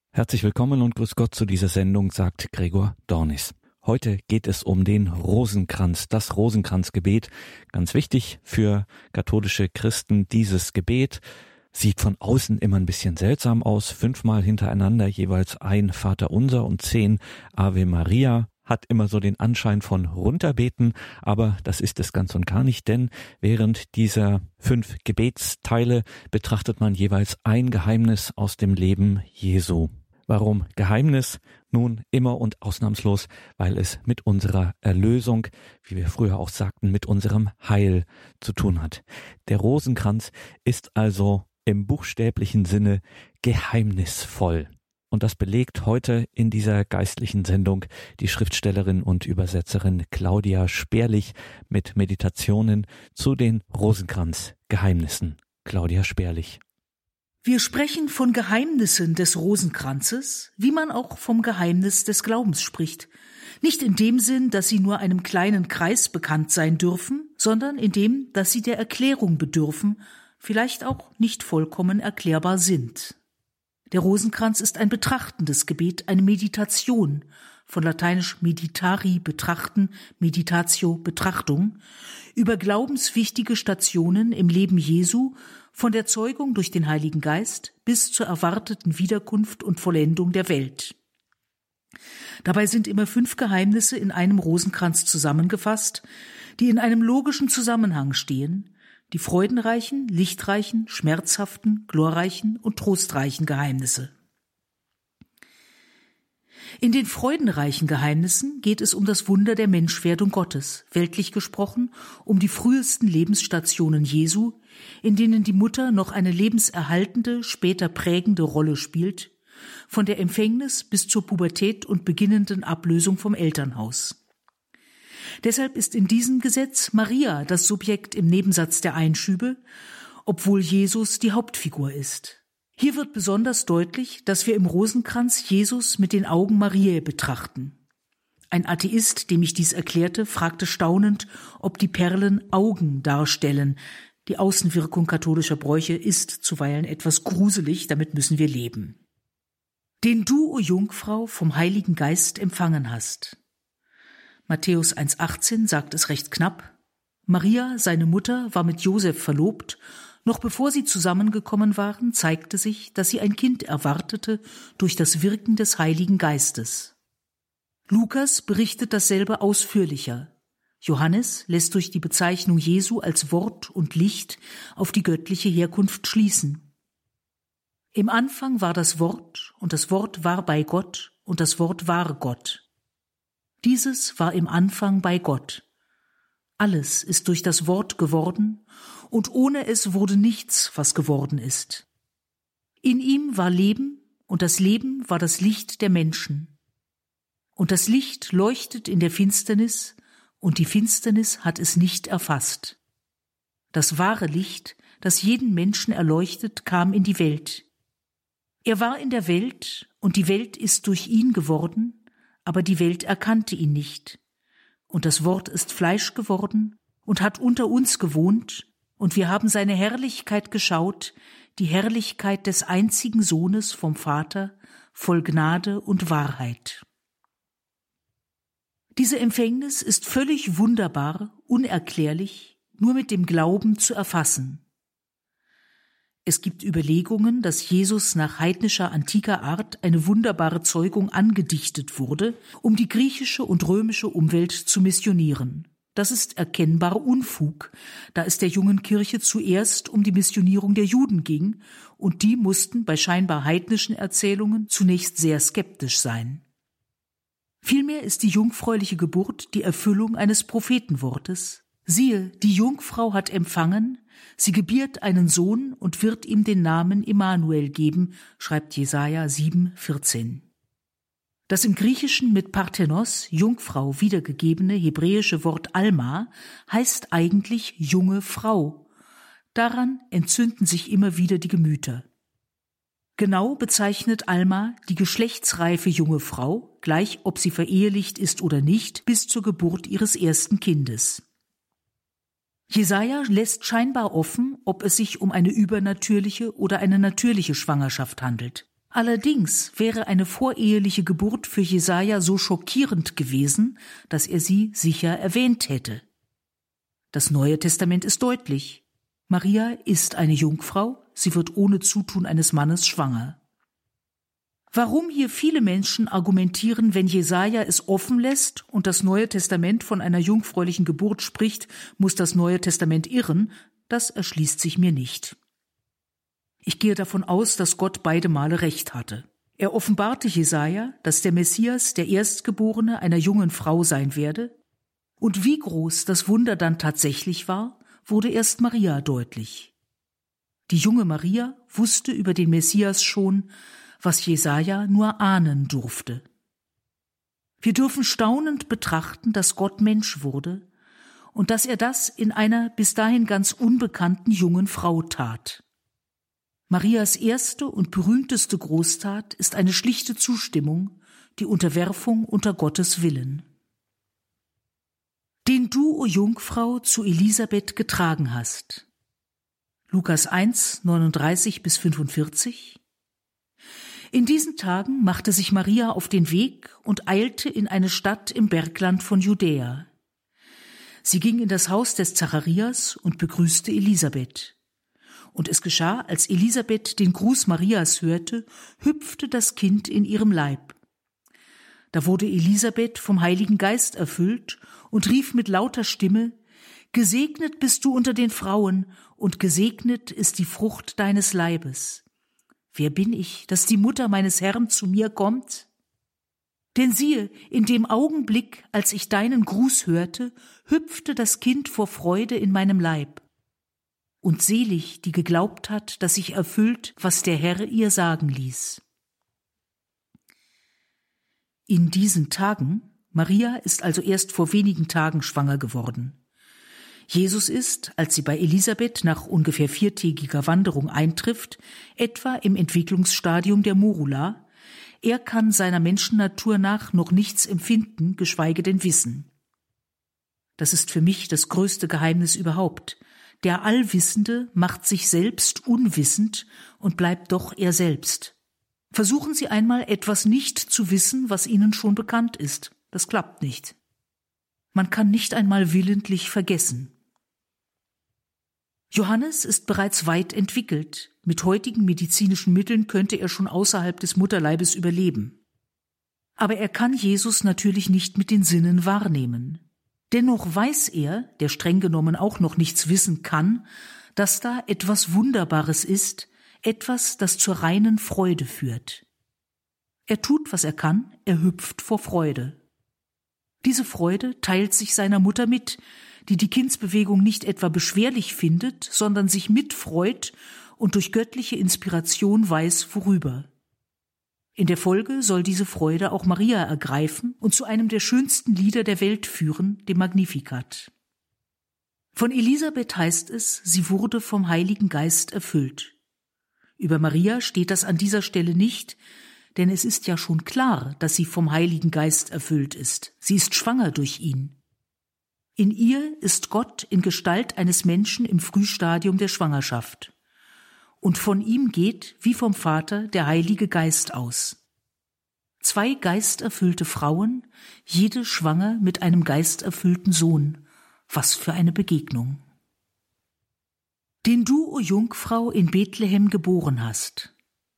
Herzlich willkommen und grüß Gott zu dieser Sendung, sagt Gregor Dornis. Heute geht es um den Rosenkranz, das Rosenkranzgebet. Ganz wichtig für katholische Christen, dieses Gebet sieht von außen immer ein bisschen seltsam aus. 5-mal hintereinander jeweils ein Vaterunser und 10 Ave Maria. Hat immer so den Anschein von Runterbeten, aber das ist es ganz und gar nicht, denn während dieser 5 Gebetsteile betrachtet man jeweils ein Geheimnis aus dem Leben Jesu. Warum Geheimnis? Nun immer und ausnahmslos, weil es mit unserer Erlösung, wie wir früher auch sagten, mit unserem Heil zu tun hat. Der Rosenkranz ist also im buchstäblichen Sinne geheimnisvoll. Und das belegt heute in dieser geistlichen Sendung die Schriftstellerin und Übersetzerin Claudia Sperlich mit Meditationen zu den Rosenkranz-Geheimnissen. Claudia Sperlich. Wir sprechen von Geheimnissen des Rosenkranzes, wie man auch vom Geheimnis des Glaubens spricht. Nicht in dem Sinn, dass sie nur einem kleinen Kreis bekannt sein dürfen, sondern in dem, dass sie der Erklärung bedürfen, vielleicht auch nicht vollkommen erklärbar sind. Der Rosenkranz ist ein betrachtendes Gebet, eine Meditation, von lateinisch meditari, betrachten, meditatio, Betrachtung, über glaubenswichtige Stationen im Leben Jesu, von der Zeugung durch den Heiligen Geist bis zur erwarteten Wiederkunft und Vollendung der Welt. Dabei sind immer 5 Geheimnisse in einem Rosenkranz zusammengefasst, die in einem logischen Zusammenhang stehen, die freudenreichen, lichtreichen, schmerzhaften, glorreichen und trostreichen Geheimnisse. In den freudenreichen Geheimnissen geht es um das Wunder der Menschwerdung Gottes, weltlich gesprochen um die frühesten Lebensstationen Jesu, in denen die Mutter noch eine lebenserhaltende, später prägende Rolle spielt, von der Empfängnis bis zur Pubertät und beginnenden Ablösung vom Elternhaus. Deshalb ist in diesem Gesetz Maria das Subjekt im Nebensatz der Einschübe, obwohl Jesus die Hauptfigur ist. Hier wird besonders deutlich, dass wir im Rosenkranz Jesus mit den Augen Mariä betrachten. Ein Atheist, dem ich dies erklärte, fragte staunend, ob die Perlen Augen darstellen. Die Außenwirkung katholischer Bräuche ist zuweilen etwas gruselig, damit müssen wir leben. Den du, o Jungfrau, vom Heiligen Geist empfangen hast. Matthäus 1,18 sagt es recht knapp. Maria, seine Mutter, war mit Josef verlobt. Noch bevor sie zusammengekommen waren, zeigte sich, dass sie ein Kind erwartete durch das Wirken des Heiligen Geistes. Lukas berichtet dasselbe ausführlicher. Johannes lässt durch die Bezeichnung Jesu als Wort und Licht auf die göttliche Herkunft schließen. Im Anfang war das Wort, und das Wort war bei Gott, und das Wort war Gott. Dieses war im Anfang bei Gott. Alles ist durch das Wort geworden, und ohne es wurde nichts, was geworden ist. In ihm war Leben, und das Leben war das Licht der Menschen. Und das Licht leuchtet in der Finsternis, und die Finsternis hat es nicht erfasst. Das wahre Licht, das jeden Menschen erleuchtet, kam in die Welt. Er war in der Welt, und die Welt ist durch ihn geworden, aber die Welt erkannte ihn nicht. Und das Wort ist Fleisch geworden und hat unter uns gewohnt, und wir haben seine Herrlichkeit geschaut, die Herrlichkeit des einzigen Sohnes vom Vater, voll Gnade und Wahrheit. Diese Empfängnis ist völlig wunderbar, unerklärlich, nur mit dem Glauben zu erfassen. Es gibt Überlegungen, dass Jesus nach heidnischer antiker Art eine wunderbare Zeugung angedichtet wurde, um die griechische und römische Umwelt zu missionieren. Das ist erkennbar Unfug, da es der jungen Kirche zuerst um die Missionierung der Juden ging, und die mussten bei scheinbar heidnischen Erzählungen zunächst sehr skeptisch sein. Vielmehr ist die jungfräuliche Geburt die Erfüllung eines Prophetenwortes. Siehe, die Jungfrau hat empfangen, sie gebiert einen Sohn und wird ihm den Namen Immanuel geben, schreibt Jesaja 7,14. Das im Griechischen mit Parthenos, Jungfrau, wiedergegebene hebräische Wort Alma heißt eigentlich junge Frau. Daran entzünden sich immer wieder die Gemüter. Genau bezeichnet Alma die geschlechtsreife junge Frau, gleich ob sie verehelicht ist oder nicht, bis zur Geburt ihres ersten Kindes. Jesaja lässt scheinbar offen, ob es sich um eine übernatürliche oder eine natürliche Schwangerschaft handelt. Allerdings wäre eine voreheliche Geburt für Jesaja so schockierend gewesen, dass er sie sicher erwähnt hätte. Das Neue Testament ist deutlich. Maria ist eine Jungfrau, sie wird ohne Zutun eines Mannes schwanger. Warum hier viele Menschen argumentieren, wenn Jesaja es offen lässt und das Neue Testament von einer jungfräulichen Geburt spricht, muss das Neue Testament irren, das erschließt sich mir nicht. Ich gehe davon aus, dass Gott beide Male recht hatte. Er offenbarte Jesaja, dass der Messias der Erstgeborene einer jungen Frau sein werde, und wie groß das Wunder dann tatsächlich war, wurde erst Maria deutlich. Die junge Maria wusste über den Messias schon, was Jesaja nur ahnen durfte. Wir dürfen staunend betrachten, dass Gott Mensch wurde und dass er das in einer bis dahin ganz unbekannten jungen Frau tat. Marias erste und berühmteste Großtat ist eine schlichte Zustimmung, die Unterwerfung unter Gottes Willen. Den du, o Jungfrau, zu Elisabeth getragen hast. Lukas 1, 39-45. In diesen Tagen machte sich Maria auf den Weg und eilte in eine Stadt im Bergland von Judäa. Sie ging in das Haus des Zacharias und begrüßte Elisabeth. Und es geschah, als Elisabeth den Gruß Marias hörte, hüpfte das Kind in ihrem Leib. Da wurde Elisabeth vom Heiligen Geist erfüllt und rief mit lauter Stimme: Gesegnet bist du unter den Frauen, und gesegnet ist die Frucht deines Leibes. Wer bin ich, dass die Mutter meines Herrn zu mir kommt? Denn siehe, in dem Augenblick, als ich deinen Gruß hörte, hüpfte das Kind vor Freude in meinem Leib. Und selig, die geglaubt hat, dass sich erfüllt, was der Herr ihr sagen ließ. In diesen Tagen, Maria ist also erst vor wenigen Tagen schwanger geworden. Jesus ist, als sie bei Elisabeth nach ungefähr 4-tägiger Wanderung eintrifft, etwa im Entwicklungsstadium der Morula. Er kann seiner Menschennatur nach noch nichts empfinden, geschweige denn wissen. Das ist für mich das größte Geheimnis überhaupt. Der Allwissende macht sich selbst unwissend und bleibt doch er selbst. Versuchen Sie einmal, etwas nicht zu wissen, was Ihnen schon bekannt ist. Das klappt nicht. Man kann nicht einmal willentlich vergessen. Johannes ist bereits weit entwickelt. Mit heutigen medizinischen Mitteln könnte er schon außerhalb des Mutterleibes überleben. Aber er kann Jesus natürlich nicht mit den Sinnen wahrnehmen. Dennoch weiß er, der streng genommen auch noch nichts wissen kann, dass da etwas Wunderbares ist, etwas, das zur reinen Freude führt. Er tut, was er kann, er hüpft vor Freude. Diese Freude teilt sich seiner Mutter mit, die die Kindsbewegung nicht etwa beschwerlich findet, sondern sich mitfreut und durch göttliche Inspiration weiß, worüber. In der Folge soll diese Freude auch Maria ergreifen und zu einem der schönsten Lieder der Welt führen, dem Magnificat. Von Elisabeth heißt es, sie wurde vom Heiligen Geist erfüllt. Über Maria steht das an dieser Stelle nicht, denn es ist ja schon klar, dass sie vom Heiligen Geist erfüllt ist. Sie ist schwanger durch ihn. In ihr ist Gott in Gestalt eines Menschen im Frühstadium der Schwangerschaft. Und von ihm geht, wie vom Vater, der Heilige Geist aus. 2 geisterfüllte Frauen, jede schwanger mit einem geisterfüllten Sohn. Was für eine Begegnung. Den du, o Jungfrau, in Bethlehem geboren hast.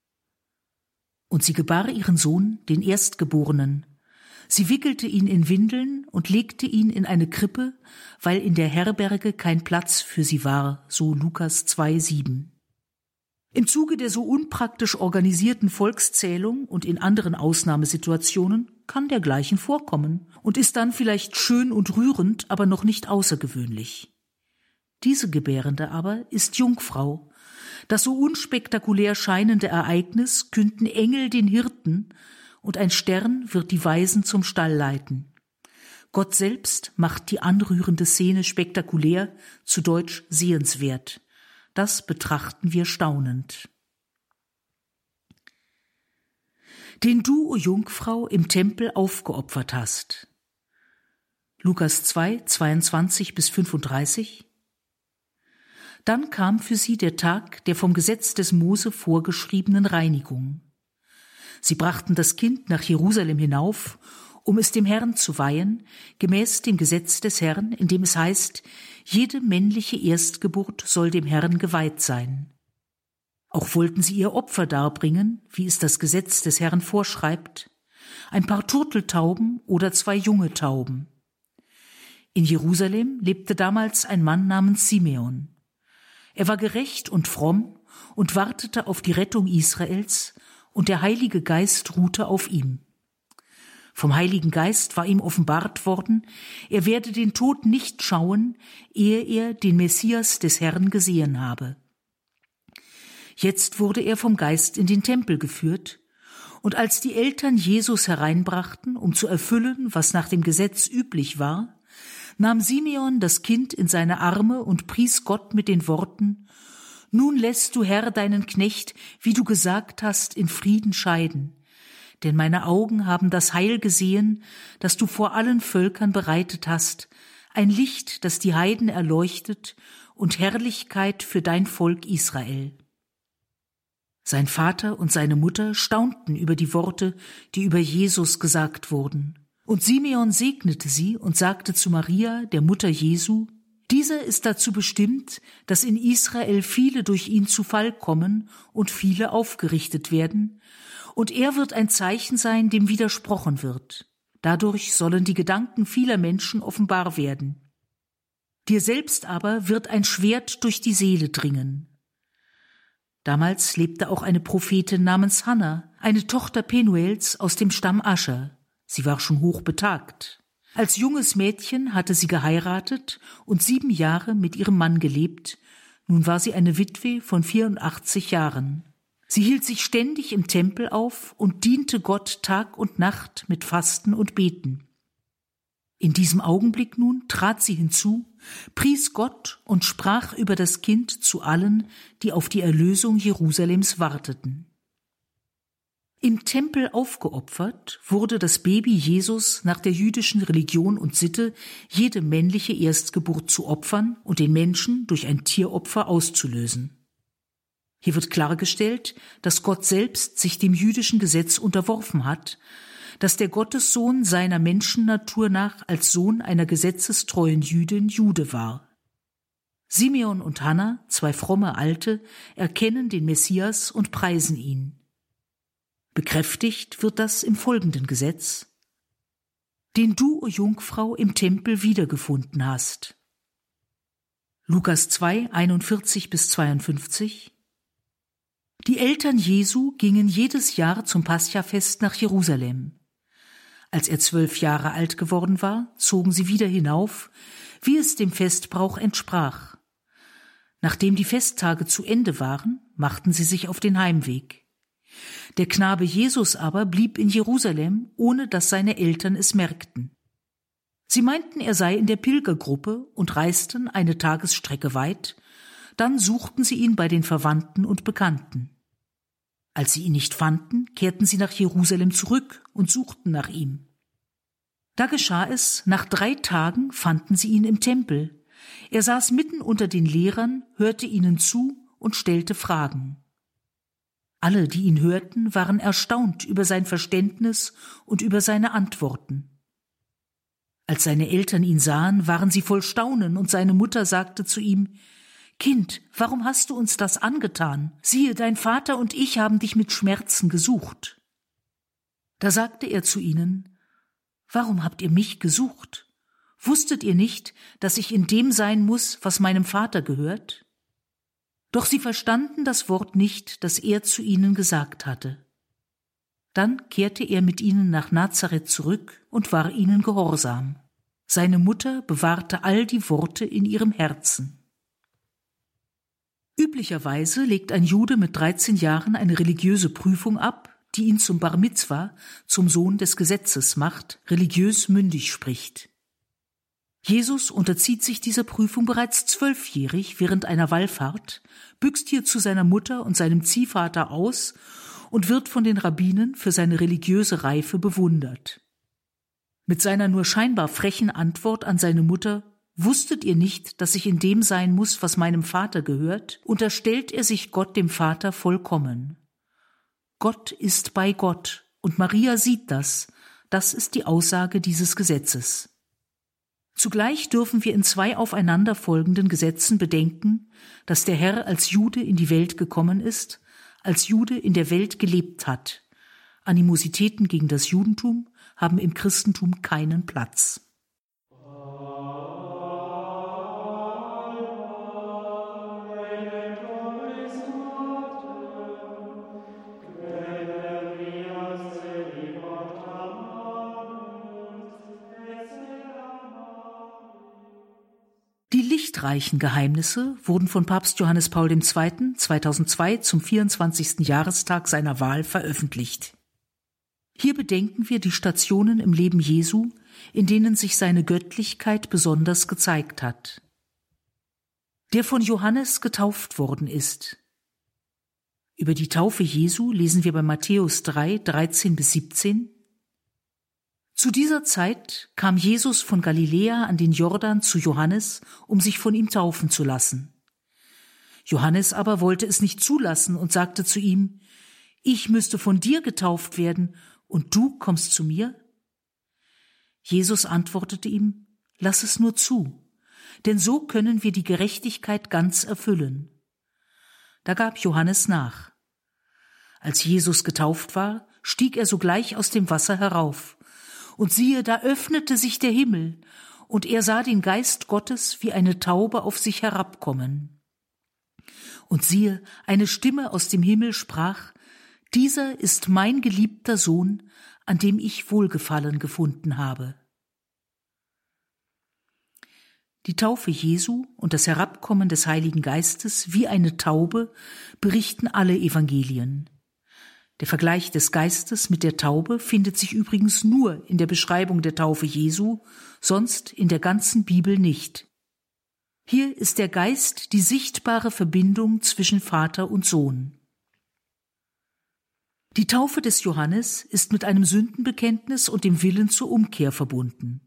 Und sie gebar ihren Sohn, den Erstgeborenen. Sie wickelte ihn in Windeln und legte ihn in eine Krippe, weil in der Herberge kein Platz für sie war, so Lukas 2,7. Im Zuge der so unpraktisch organisierten Volkszählung und in anderen Ausnahmesituationen kann dergleichen vorkommen und ist dann vielleicht schön und rührend, aber noch nicht außergewöhnlich. Diese Gebärende aber ist Jungfrau. Das so unspektakulär scheinende Ereignis künden Engel den Hirten, und ein Stern wird die Weisen zum Stall leiten. Gott selbst macht die anrührende Szene spektakulär, zu Deutsch sehenswert. Das betrachten wir staunend. Den du, o Jungfrau, im Tempel aufgeopfert hast. Lukas 2, 22-35. Dann kam für sie der Tag der vom Gesetz des Mose vorgeschriebenen Reinigung. Sie brachten das Kind nach Jerusalem hinauf, um es dem Herrn zu weihen, gemäß dem Gesetz des Herrn, in dem es heißt, jede männliche Erstgeburt soll dem Herrn geweiht sein. Auch wollten sie ihr Opfer darbringen, wie es das Gesetz des Herrn vorschreibt, ein paar Turteltauben oder 2 junge Tauben. In Jerusalem lebte damals ein Mann namens Simeon. Er war gerecht und fromm und wartete auf die Rettung Israels, und der Heilige Geist ruhte auf ihm. Vom Heiligen Geist war ihm offenbart worden, er werde den Tod nicht schauen, ehe er den Messias des Herrn gesehen habe. Jetzt wurde er vom Geist in den Tempel geführt, und als die Eltern Jesus hereinbrachten, um zu erfüllen, was nach dem Gesetz üblich war, nahm Simeon das Kind in seine Arme und pries Gott mit den Worten: Nun lässt du, Herr, deinen Knecht, wie du gesagt hast, in Frieden scheiden. Denn meine Augen haben das Heil gesehen, das du vor allen Völkern bereitet hast, ein Licht, das die Heiden erleuchtet, und Herrlichkeit für dein Volk Israel. Sein Vater und seine Mutter staunten über die Worte, die über Jesus gesagt wurden. Und Simeon segnete sie und sagte zu Maria, der Mutter Jesu: Dieser ist dazu bestimmt, dass in Israel viele durch ihn zu Fall kommen und viele aufgerichtet werden, und er wird ein Zeichen sein, dem widersprochen wird. Dadurch sollen die Gedanken vieler Menschen offenbar werden. Dir selbst aber wird ein Schwert durch die Seele dringen. Damals lebte auch eine Prophetin namens Hanna, eine Tochter Penuels aus dem Stamm Ascher. Sie war schon hoch betagt. Als junges Mädchen hatte sie geheiratet und 7 Jahre mit ihrem Mann gelebt. Nun war sie eine Witwe von 84 Jahren. Sie hielt sich ständig im Tempel auf und diente Gott Tag und Nacht mit Fasten und Beten. In diesem Augenblick nun trat sie hinzu, pries Gott und sprach über das Kind zu allen, die auf die Erlösung Jerusalems warteten. Im Tempel aufgeopfert wurde das Baby Jesus nach der jüdischen Religion und Sitte, jede männliche Erstgeburt zu opfern und den Menschen durch ein Tieropfer auszulösen. Hier wird klargestellt, dass Gott selbst sich dem jüdischen Gesetz unterworfen hat, dass der Gottessohn seiner Menschennatur nach als Sohn einer gesetzestreuen Jüdin Jude war. Simeon und Hanna, 2 fromme Alte, erkennen den Messias und preisen ihn. Bekräftigt wird das im folgenden Gesetz: Den du, o Jungfrau, im Tempel wiedergefunden hast. Lukas 2, 41-52. Die Eltern Jesu gingen jedes Jahr zum Paschafest nach Jerusalem. Als er 12 Jahre alt geworden war, zogen sie wieder hinauf, wie es dem Festbrauch entsprach. Nachdem die Festtage zu Ende waren, machten sie sich auf den Heimweg. Der Knabe Jesus aber blieb in Jerusalem, ohne dass seine Eltern es merkten. Sie meinten, er sei in der Pilgergruppe und reisten eine Tagesstrecke weit, dann suchten sie ihn bei den Verwandten und Bekannten. Als sie ihn nicht fanden, kehrten sie nach Jerusalem zurück und suchten nach ihm. Da geschah es, nach 3 Tagen fanden sie ihn im Tempel. Er saß mitten unter den Lehrern, hörte ihnen zu und stellte Fragen. Alle, die ihn hörten, waren erstaunt über sein Verständnis und über seine Antworten. Als seine Eltern ihn sahen, waren sie voll Staunen, und seine Mutter sagte zu ihm: Kind, warum hast du uns das angetan? Siehe, dein Vater und ich haben dich mit Schmerzen gesucht. Da sagte er zu ihnen: Warum habt ihr mich gesucht? Wusstet ihr nicht, dass ich in dem sein muss, was meinem Vater gehört? Doch sie verstanden das Wort nicht, das er zu ihnen gesagt hatte. Dann kehrte er mit ihnen nach Nazareth zurück und war ihnen gehorsam. Seine Mutter bewahrte all die Worte in ihrem Herzen. Üblicherweise legt ein Jude mit 13 Jahren eine religiöse Prüfung ab, die ihn zum Bar Mitzwa, zum Sohn des Gesetzes macht, religiös mündig spricht. Jesus unterzieht sich dieser Prüfung bereits 12-jährig während einer Wallfahrt, büxt hier zu seiner Mutter und seinem Ziehvater aus und wird von den Rabbinen für seine religiöse Reife bewundert. Mit seiner nur scheinbar frechen Antwort an seine Mutter: Wusstet ihr nicht, dass ich in dem sein muss, was meinem Vater gehört? Unterstellt er sich Gott dem Vater vollkommen. Gott ist bei Gott und Maria sieht das. Das ist die Aussage dieses Gesetzes. Zugleich dürfen wir in 2 aufeinanderfolgenden Gesetzen bedenken, dass der Herr als Jude in die Welt gekommen ist, als Jude in der Welt gelebt hat. Animositäten gegen das Judentum haben im Christentum keinen Platz. Die lichtreichen Geheimnisse wurden von Papst Johannes Paul II. 2002 zum 24. Jahrestag seiner Wahl veröffentlicht. Hier bedenken wir die Stationen im Leben Jesu, in denen sich seine Göttlichkeit besonders gezeigt hat. Der von Johannes getauft worden ist. Über die Taufe Jesu lesen wir bei Matthäus 3, 13-17. Zu dieser Zeit kam Jesus von Galiläa an den Jordan zu Johannes, um sich von ihm taufen zu lassen. Johannes aber wollte es nicht zulassen und sagte zu ihm: Ich müsste von dir getauft werden, und du kommst zu mir? Jesus antwortete ihm: Lass es nur zu, denn so können wir die Gerechtigkeit ganz erfüllen. Da gab Johannes nach. Als Jesus getauft war, stieg er sogleich aus dem Wasser herauf. Und siehe, da öffnete sich der Himmel, und er sah den Geist Gottes wie eine Taube auf sich herabkommen. Und siehe, eine Stimme aus dem Himmel sprach: Dieser ist mein geliebter Sohn, an dem ich Wohlgefallen gefunden habe. Die Taufe Jesu und das Herabkommen des Heiligen Geistes wie eine Taube berichten alle Evangelien. Der Vergleich des Geistes mit der Taube findet sich übrigens nur in der Beschreibung der Taufe Jesu, sonst in der ganzen Bibel nicht. Hier ist der Geist die sichtbare Verbindung zwischen Vater und Sohn. Die Taufe des Johannes ist mit einem Sündenbekenntnis und dem Willen zur Umkehr verbunden.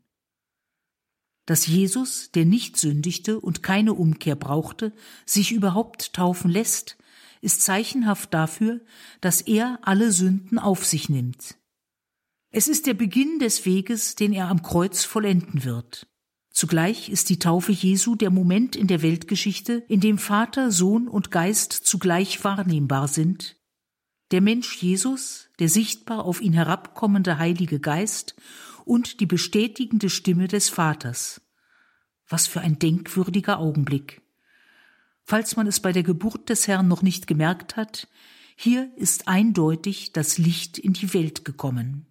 Dass Jesus, der nicht sündigte und keine Umkehr brauchte, sich überhaupt taufen lässt, ist zeichenhaft dafür, dass er alle Sünden auf sich nimmt. Es ist der Beginn des Weges, den er am Kreuz vollenden wird. Zugleich ist die Taufe Jesu der Moment in der Weltgeschichte, in dem Vater, Sohn und Geist zugleich wahrnehmbar sind. Der Mensch Jesus, der sichtbar auf ihn herabkommende Heilige Geist und die bestätigende Stimme des Vaters. Was für ein denkwürdiger Augenblick. Falls man es bei der Geburt des Herrn noch nicht gemerkt hat, hier ist eindeutig das Licht in die Welt gekommen,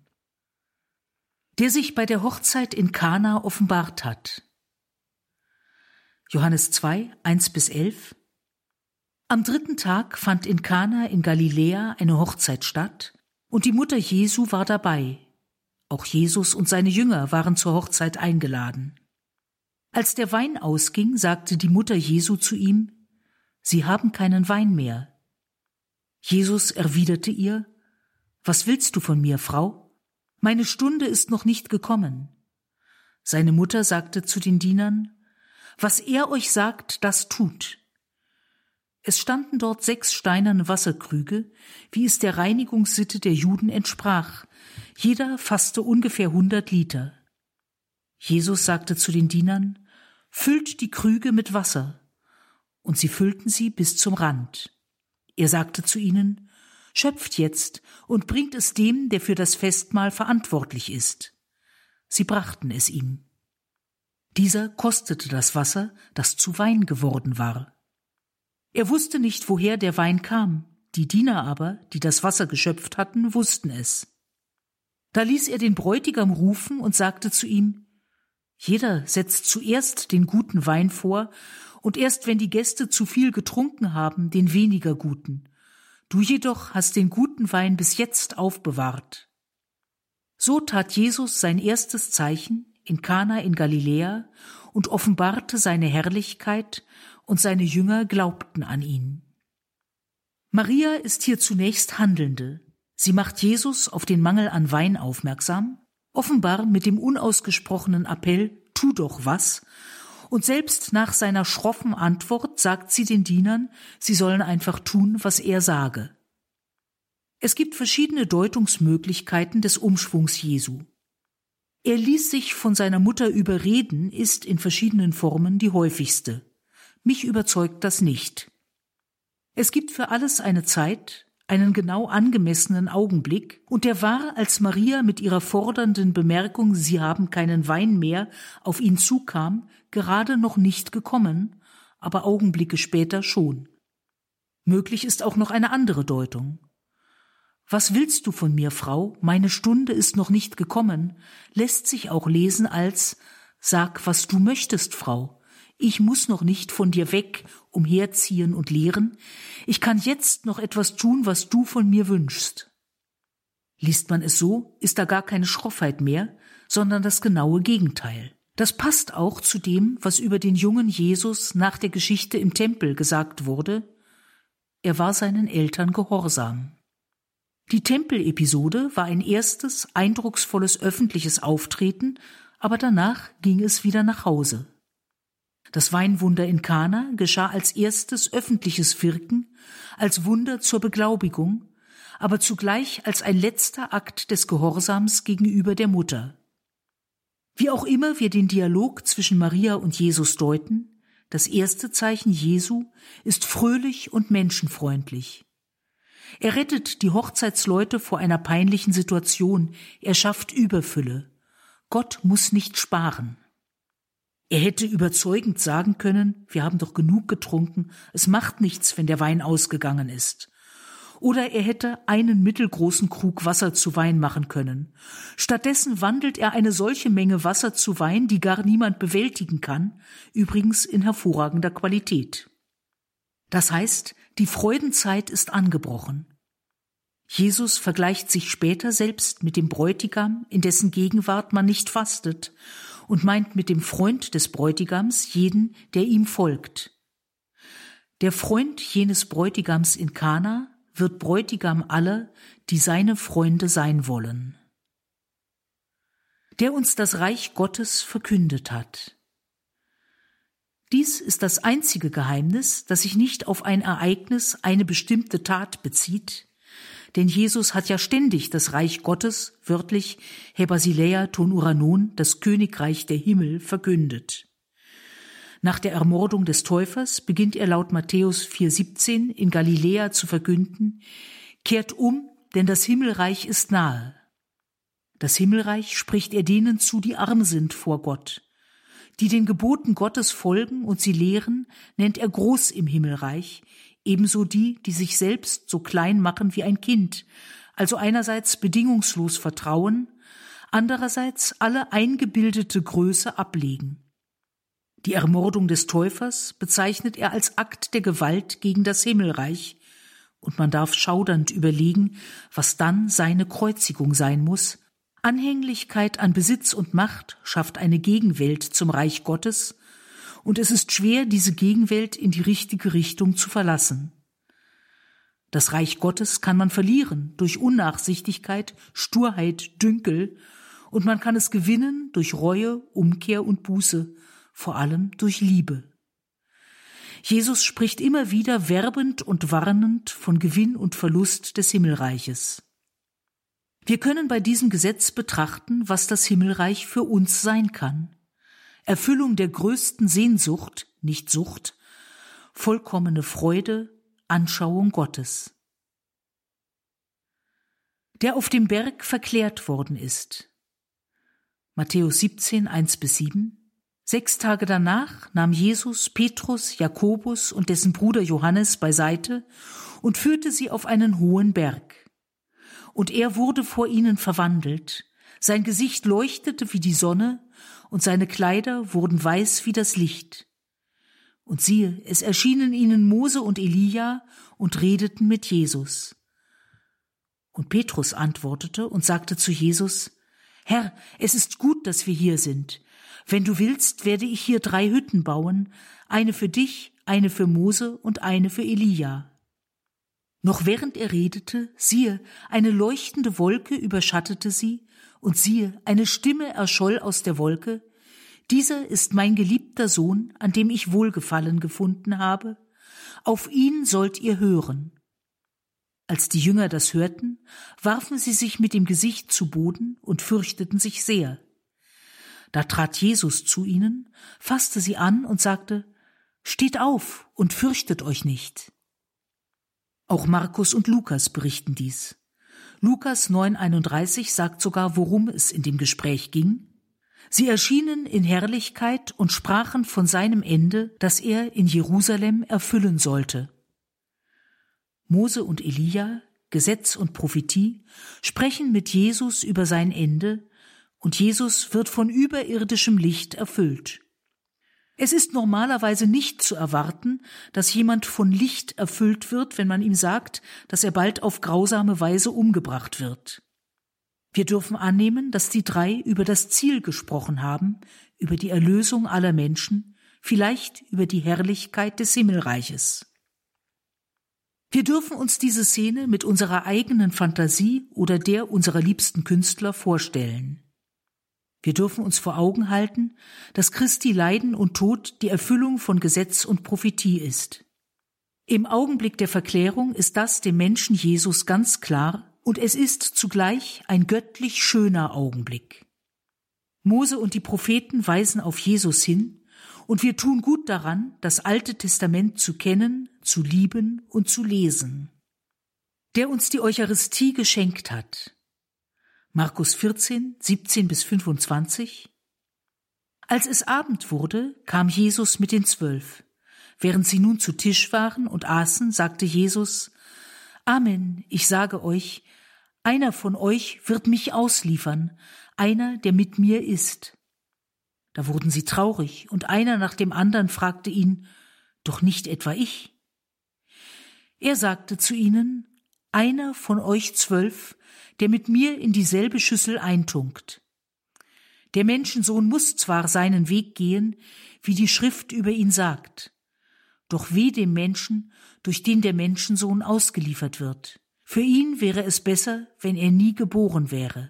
der sich bei der Hochzeit in Kana offenbart hat. Johannes 2, 1-11. Am 3. Tag fand in Kana in Galiläa eine Hochzeit statt, und die Mutter Jesu war dabei. Auch Jesus und seine Jünger waren zur Hochzeit eingeladen. Als der Wein ausging, sagte die Mutter Jesu zu ihm: Sie haben keinen Wein mehr. Jesus erwiderte ihr: Was willst du von mir, Frau? Meine Stunde ist noch nicht gekommen. Seine Mutter sagte zu den Dienern: Was er euch sagt, das tut. Es standen dort 6 steinerne Wasserkrüge, wie es der Reinigungssitte der Juden entsprach. Jeder fasste ungefähr 100 Liter. Jesus sagte zu den Dienern: Füllt die Krüge mit Wasser. Und sie füllten sie bis zum Rand. Er sagte zu ihnen: Schöpft jetzt und bringt es dem, der für das Festmahl verantwortlich ist. Sie brachten es ihm. Dieser kostete das Wasser, das zu Wein geworden war. Er wusste nicht, woher der Wein kam. Die Diener aber, die das Wasser geschöpft hatten, wussten es. Da ließ er den Bräutigam rufen und sagte zu ihm: Jeder setzt zuerst den guten Wein vor, und erst wenn die Gäste zu viel getrunken haben, den weniger guten. Du jedoch hast den guten Wein bis jetzt aufbewahrt. So tat Jesus sein erstes Zeichen in Kana in Galiläa und offenbarte seine Herrlichkeit, und seine Jünger glaubten an ihn. Maria ist hier zunächst Handelnde. Sie macht Jesus auf den Mangel an Wein aufmerksam, offenbar mit dem unausgesprochenen Appell: Tu doch was, und selbst nach seiner schroffen Antwort sagt sie den Dienern, sie sollen einfach tun, was er sage. Es gibt verschiedene Deutungsmöglichkeiten des Umschwungs Jesu. Er ließ sich von seiner Mutter überreden, ist in verschiedenen Formen die häufigste. Mich überzeugt das nicht. Es gibt für alles eine Zeit, einen genau angemessenen Augenblick, und der war, als Maria mit ihrer fordernden Bemerkung, sie haben keinen Wein mehr, auf ihn zukam, gerade noch nicht gekommen, aber Augenblicke später schon. Möglich ist auch noch eine andere Deutung. Was willst du von mir, Frau? Meine Stunde ist noch nicht gekommen, lässt sich auch lesen als Sag, was du möchtest, Frau. Ich muss noch nicht von dir weg, umherziehen und lehren. Ich kann jetzt noch etwas tun, was du von mir wünschst. Liest man es so, ist da gar keine Schroffheit mehr, sondern das genaue Gegenteil. Das passt auch zu dem, was über den jungen Jesus nach der Geschichte im Tempel gesagt wurde. Er war seinen Eltern gehorsam. Die Tempelepisode war ein erstes, eindrucksvolles öffentliches Auftreten, aber danach ging es wieder nach Hause. Das Weinwunder in Kana geschah als erstes öffentliches Wirken, als Wunder zur Beglaubigung, aber zugleich als ein letzter Akt des Gehorsams gegenüber der Mutter. Wie auch immer wir den Dialog zwischen Maria und Jesus deuten, das erste Zeichen Jesu ist fröhlich und menschenfreundlich. Er rettet die Hochzeitsleute vor einer peinlichen Situation, er schafft Überfülle. Gott muss nicht sparen. Er hätte überzeugend sagen können, wir haben doch genug getrunken, es macht nichts, wenn der Wein ausgegangen ist. Oder er hätte einen mittelgroßen Krug Wasser zu Wein machen können. Stattdessen wandelt er eine solche Menge Wasser zu Wein, die gar niemand bewältigen kann, übrigens in hervorragender Qualität. Das heißt, die Freudenzeit ist angebrochen. Jesus vergleicht sich später selbst mit dem Bräutigam, in dessen Gegenwart man nicht fastet, und meint mit dem Freund des Bräutigams jeden, der ihm folgt. Der Freund jenes Bräutigams in Kana wird Bräutigam aller, die seine Freunde sein wollen. Der uns das Reich Gottes verkündet hat. Dies ist das einzige Geheimnis, das sich nicht auf ein Ereignis, eine bestimmte Tat bezieht, denn Jesus hat ja ständig das Reich Gottes, wörtlich He Basileia ton uranon, das Königreich der Himmel, verkündet. Nach der Ermordung des Täufers beginnt er laut Matthäus 4,17 in Galiläa zu verkünden, kehrt um, denn das Himmelreich ist nahe. Das Himmelreich spricht er denen zu, die arm sind vor Gott. Die den Geboten Gottes folgen und sie lehren, nennt er groß im Himmelreich, ebenso die, die sich selbst so klein machen wie ein Kind, also einerseits bedingungslos vertrauen, andererseits alle eingebildete Größe ablegen. Die Ermordung des Täufers bezeichnet er als Akt der Gewalt gegen das Himmelreich, und man darf schaudernd überlegen, was dann seine Kreuzigung sein muss. Anhänglichkeit an Besitz und Macht schafft eine Gegenwelt zum Reich Gottes, und es ist schwer, diese Gegenwelt in die richtige Richtung zu verlassen. Das Reich Gottes kann man verlieren durch Unnachsichtigkeit, Sturheit, Dünkel, und man kann es gewinnen durch Reue, Umkehr und Buße, vor allem durch Liebe. Jesus spricht immer wieder werbend und warnend von Gewinn und Verlust des Himmelreiches. Wir können bei diesem Gesetz betrachten, was das Himmelreich für uns sein kann. Erfüllung der größten Sehnsucht, nicht Sucht, vollkommene Freude, Anschauung Gottes. Der auf dem Berg verklärt worden ist. Matthäus 17, 1-7. 6 Tage danach nahm Jesus Petrus, Jakobus und dessen Bruder Johannes beiseite und führte sie auf einen hohen Berg. Und er wurde vor ihnen verwandelt, sein Gesicht leuchtete wie die Sonne, und seine Kleider wurden weiß wie das Licht. Und siehe, es erschienen ihnen Mose und Elia und redeten mit Jesus. Und Petrus antwortete und sagte zu Jesus, Herr, es ist gut, dass wir hier sind. Wenn du willst, werde ich hier 3 Hütten bauen, eine für dich, eine für Mose und eine für Elia. Noch während er redete, siehe, eine leuchtende Wolke überschattete sie, und siehe, eine Stimme erscholl aus der Wolke, dieser ist mein geliebter Sohn, an dem ich Wohlgefallen gefunden habe, auf ihn sollt ihr hören. Als die Jünger das hörten, warfen sie sich mit dem Gesicht zu Boden und fürchteten sich sehr. Da trat Jesus zu ihnen, fasste sie an und sagte: Steht auf und fürchtet euch nicht. Auch Markus und Lukas berichten dies. Lukas 9,31 sagt sogar, worum es in dem Gespräch ging. Sie erschienen in Herrlichkeit und sprachen von seinem Ende, das er in Jerusalem erfüllen sollte. Mose und Elia, Gesetz und Prophetie, sprechen mit Jesus über sein Ende, und Jesus wird von überirdischem Licht erfüllt. Es ist normalerweise nicht zu erwarten, dass jemand von Licht erfüllt wird, wenn man ihm sagt, dass er bald auf grausame Weise umgebracht wird. Wir dürfen annehmen, dass die drei über das Ziel gesprochen haben, über die Erlösung aller Menschen, vielleicht über die Herrlichkeit des Himmelreiches. Wir dürfen uns diese Szene mit unserer eigenen Fantasie oder der unserer liebsten Künstler vorstellen. Wir dürfen uns vor Augen halten, dass Christi Leiden und Tod die Erfüllung von Gesetz und Prophetie ist. Im Augenblick der Verklärung ist das dem Menschen Jesus ganz klar, und es ist zugleich ein göttlich schöner Augenblick. Mose und die Propheten weisen auf Jesus hin, und wir tun gut daran, das Alte Testament zu kennen, zu lieben und zu lesen. Der uns die Eucharistie geschenkt hat. Markus 14, 17-25. Als es Abend wurde, kam Jesus mit den 12. Während sie nun zu Tisch waren und aßen, sagte Jesus: Amen, ich sage euch, einer von euch wird mich ausliefern, einer, der mit mir isst. Da wurden sie traurig, und einer nach dem anderen fragte ihn: Doch nicht etwa ich? Er sagte zu ihnen: Einer von euch 12, der mit mir in dieselbe Schüssel eintunkt. Der Menschensohn muss zwar seinen Weg gehen, wie die Schrift über ihn sagt, doch weh dem Menschen, durch den der Menschensohn ausgeliefert wird. Für ihn wäre es besser, wenn er nie geboren wäre.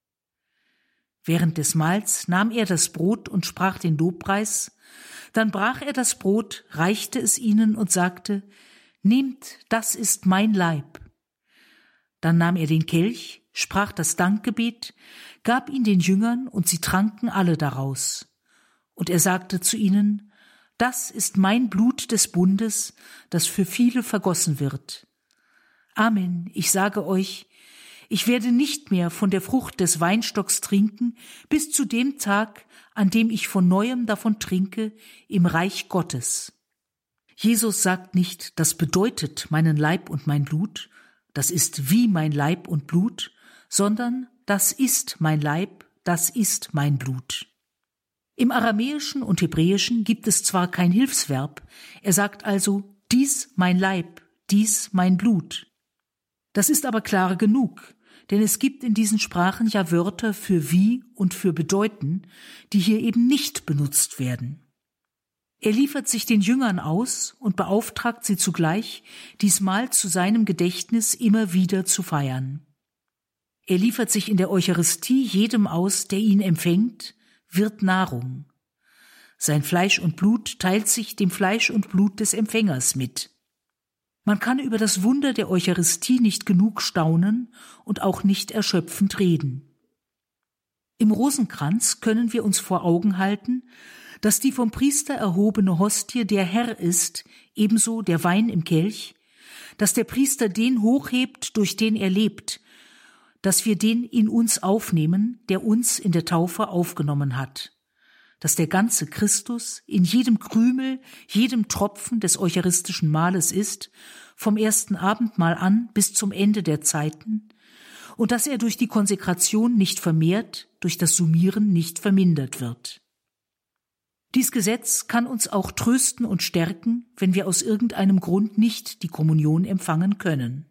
Während des Mahls nahm er das Brot und sprach den Lobpreis, dann brach er das Brot, reichte es ihnen und sagte: Nehmt, das ist mein Leib. Dann nahm er den Kelch, sprach das Dankgebet, gab ihn den Jüngern, und sie tranken alle daraus. Und er sagte zu ihnen: Das ist mein Blut des Bundes, das für viele vergossen wird. Amen, ich sage euch, ich werde nicht mehr von der Frucht des Weinstocks trinken, bis zu dem Tag, an dem ich von Neuem davon trinke, im Reich Gottes. Jesus sagt nicht: Das bedeutet meinen Leib und mein Blut, das ist wie mein Leib und Blut, sondern das ist mein Leib, das ist mein Blut. Im Aramäischen und Hebräischen gibt es zwar kein Hilfsverb, er sagt also: Dies mein Leib, dies mein Blut. Das ist aber klar genug, denn es gibt in diesen Sprachen ja Wörter für wie und für bedeuten, die hier eben nicht benutzt werden. Er liefert sich den Jüngern aus und beauftragt sie zugleich, dies Mahl zu seinem Gedächtnis immer wieder zu feiern. Er liefert sich in der Eucharistie jedem aus, der ihn empfängt, wird Nahrung. Sein Fleisch und Blut teilt sich dem Fleisch und Blut des Empfängers mit. Man kann über das Wunder der Eucharistie nicht genug staunen und auch nicht erschöpfend reden. Im Rosenkranz können wir uns vor Augen halten, dass die vom Priester erhobene Hostie der Herr ist, ebenso der Wein im Kelch, dass der Priester den hochhebt, durch den er lebt, dass wir den in uns aufnehmen, der uns in der Taufe aufgenommen hat, dass der ganze Christus in jedem Krümel, jedem Tropfen des eucharistischen Mahles ist, vom ersten Abendmahl an bis zum Ende der Zeiten, und dass er durch die Konsekration nicht vermehrt, durch das Summieren nicht vermindert wird. Dies Gesetz kann uns auch trösten und stärken, wenn wir aus irgendeinem Grund nicht die Kommunion empfangen können.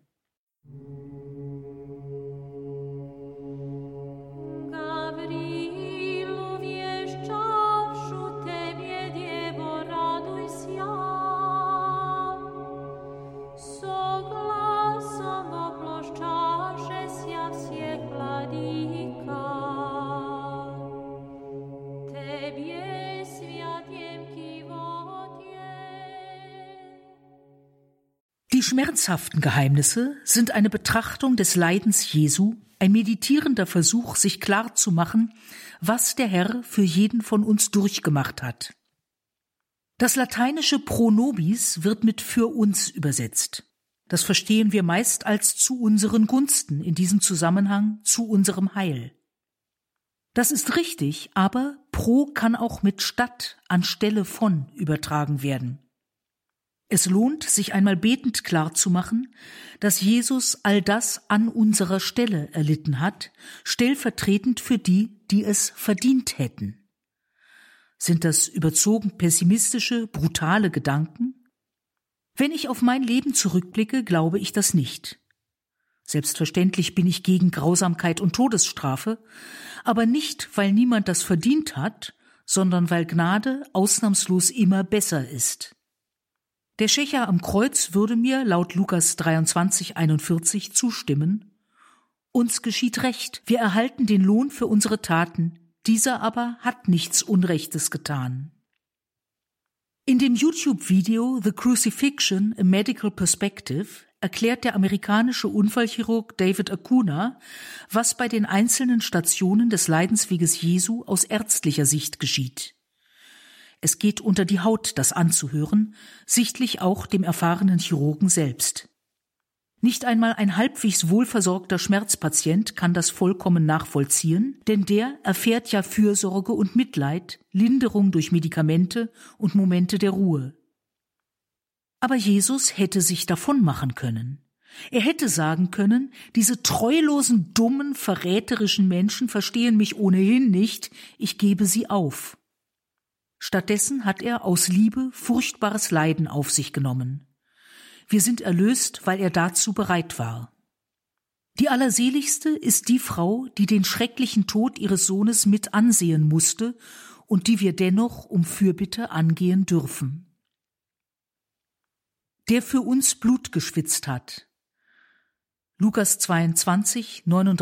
Die schmerzhaften Geheimnisse sind eine Betrachtung des Leidens Jesu, ein meditierender Versuch, sich klarzumachen, was der Herr für jeden von uns durchgemacht hat. Das lateinische Pro nobis wird mit für uns übersetzt. Das verstehen wir meist als zu unseren Gunsten, in diesem Zusammenhang zu unserem Heil. Das ist richtig, aber pro kann auch mit statt anstelle von übertragen werden. Es lohnt, sich einmal betend klarzumachen, dass Jesus all das an unserer Stelle erlitten hat, stellvertretend für die, die es verdient hätten. Sind das überzogen pessimistische, brutale Gedanken? Wenn ich auf mein Leben zurückblicke, glaube ich das nicht. Selbstverständlich bin ich gegen Grausamkeit und Todesstrafe, aber nicht, weil niemand das verdient hat, sondern weil Gnade ausnahmslos immer besser ist. Der Schächer am Kreuz würde mir laut Lukas 23,41 zustimmen: Uns geschieht Recht, wir erhalten den Lohn für unsere Taten, dieser aber hat nichts Unrechtes getan. In dem YouTube-Video The Crucifixion, a Medical Perspective erklärt der amerikanische Unfallchirurg David Acuna, was bei den einzelnen Stationen des Leidensweges Jesu aus ärztlicher Sicht geschieht. Es geht unter die Haut, das anzuhören, sichtlich auch dem erfahrenen Chirurgen selbst. Nicht einmal ein halbwegs wohlversorgter Schmerzpatient kann das vollkommen nachvollziehen, denn der erfährt ja Fürsorge und Mitleid, Linderung durch Medikamente und Momente der Ruhe. Aber Jesus hätte sich davon machen können. Er hätte sagen können, diese treulosen, dummen, verräterischen Menschen verstehen mich ohnehin nicht, ich gebe sie auf. Stattdessen hat er aus Liebe furchtbares Leiden auf sich genommen. Wir sind erlöst, weil er dazu bereit war. Die Allerseligste ist die Frau, die den schrecklichen Tod ihres Sohnes mit ansehen musste und die wir dennoch um Fürbitte angehen dürfen. Der für uns Blut geschwitzt hat. Lukas 22,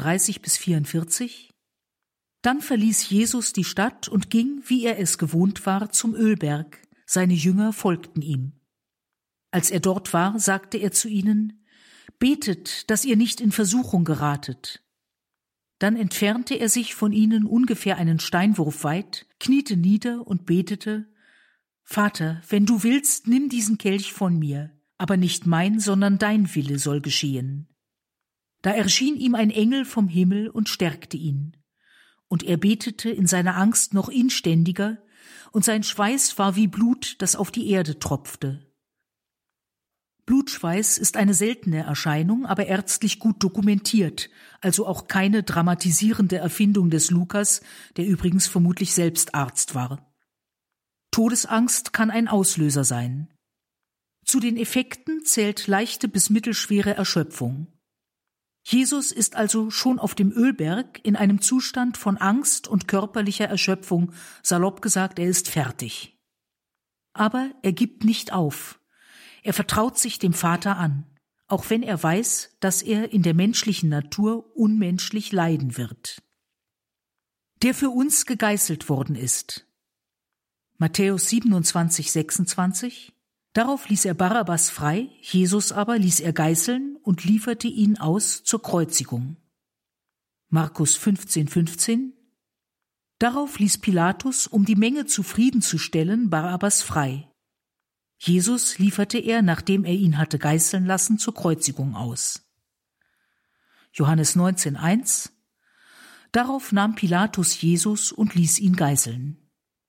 39-44. Dann verließ Jesus die Stadt und ging, wie er es gewohnt war, zum Ölberg. Seine Jünger folgten ihm. Als er dort war, sagte er zu ihnen: Betet, dass ihr nicht in Versuchung geratet. Dann entfernte er sich von ihnen ungefähr einen Steinwurf weit, kniete nieder und betete: Vater, wenn du willst, nimm diesen Kelch von mir, aber nicht mein, sondern dein Wille soll geschehen. Da erschien ihm ein Engel vom Himmel und stärkte ihn. Und er betete in seiner Angst noch inständiger, und sein Schweiß war wie Blut, das auf die Erde tropfte. Blutschweiß ist eine seltene Erscheinung, aber ärztlich gut dokumentiert, also auch keine dramatisierende Erfindung des Lukas, der übrigens vermutlich selbst Arzt war. Todesangst kann ein Auslöser sein. Zu den Effekten zählt leichte bis mittelschwere Erschöpfung. Jesus ist also schon auf dem Ölberg in einem Zustand von Angst und körperlicher Erschöpfung, salopp gesagt, er ist fertig. Aber er gibt nicht auf. Er vertraut sich dem Vater an, auch wenn er weiß, dass er in der menschlichen Natur unmenschlich leiden wird. Der für uns gegeißelt worden ist. Matthäus 27, 26. Darauf ließ er Barabbas frei, Jesus aber ließ er geißeln und lieferte ihn aus zur Kreuzigung. Markus 15, 15. Darauf ließ Pilatus, um die Menge zufriedenzustellen, Barabbas frei. Jesus lieferte er, nachdem er ihn hatte geißeln lassen, zur Kreuzigung aus. Johannes 19, 1. Darauf nahm Pilatus Jesus und ließ ihn geißeln.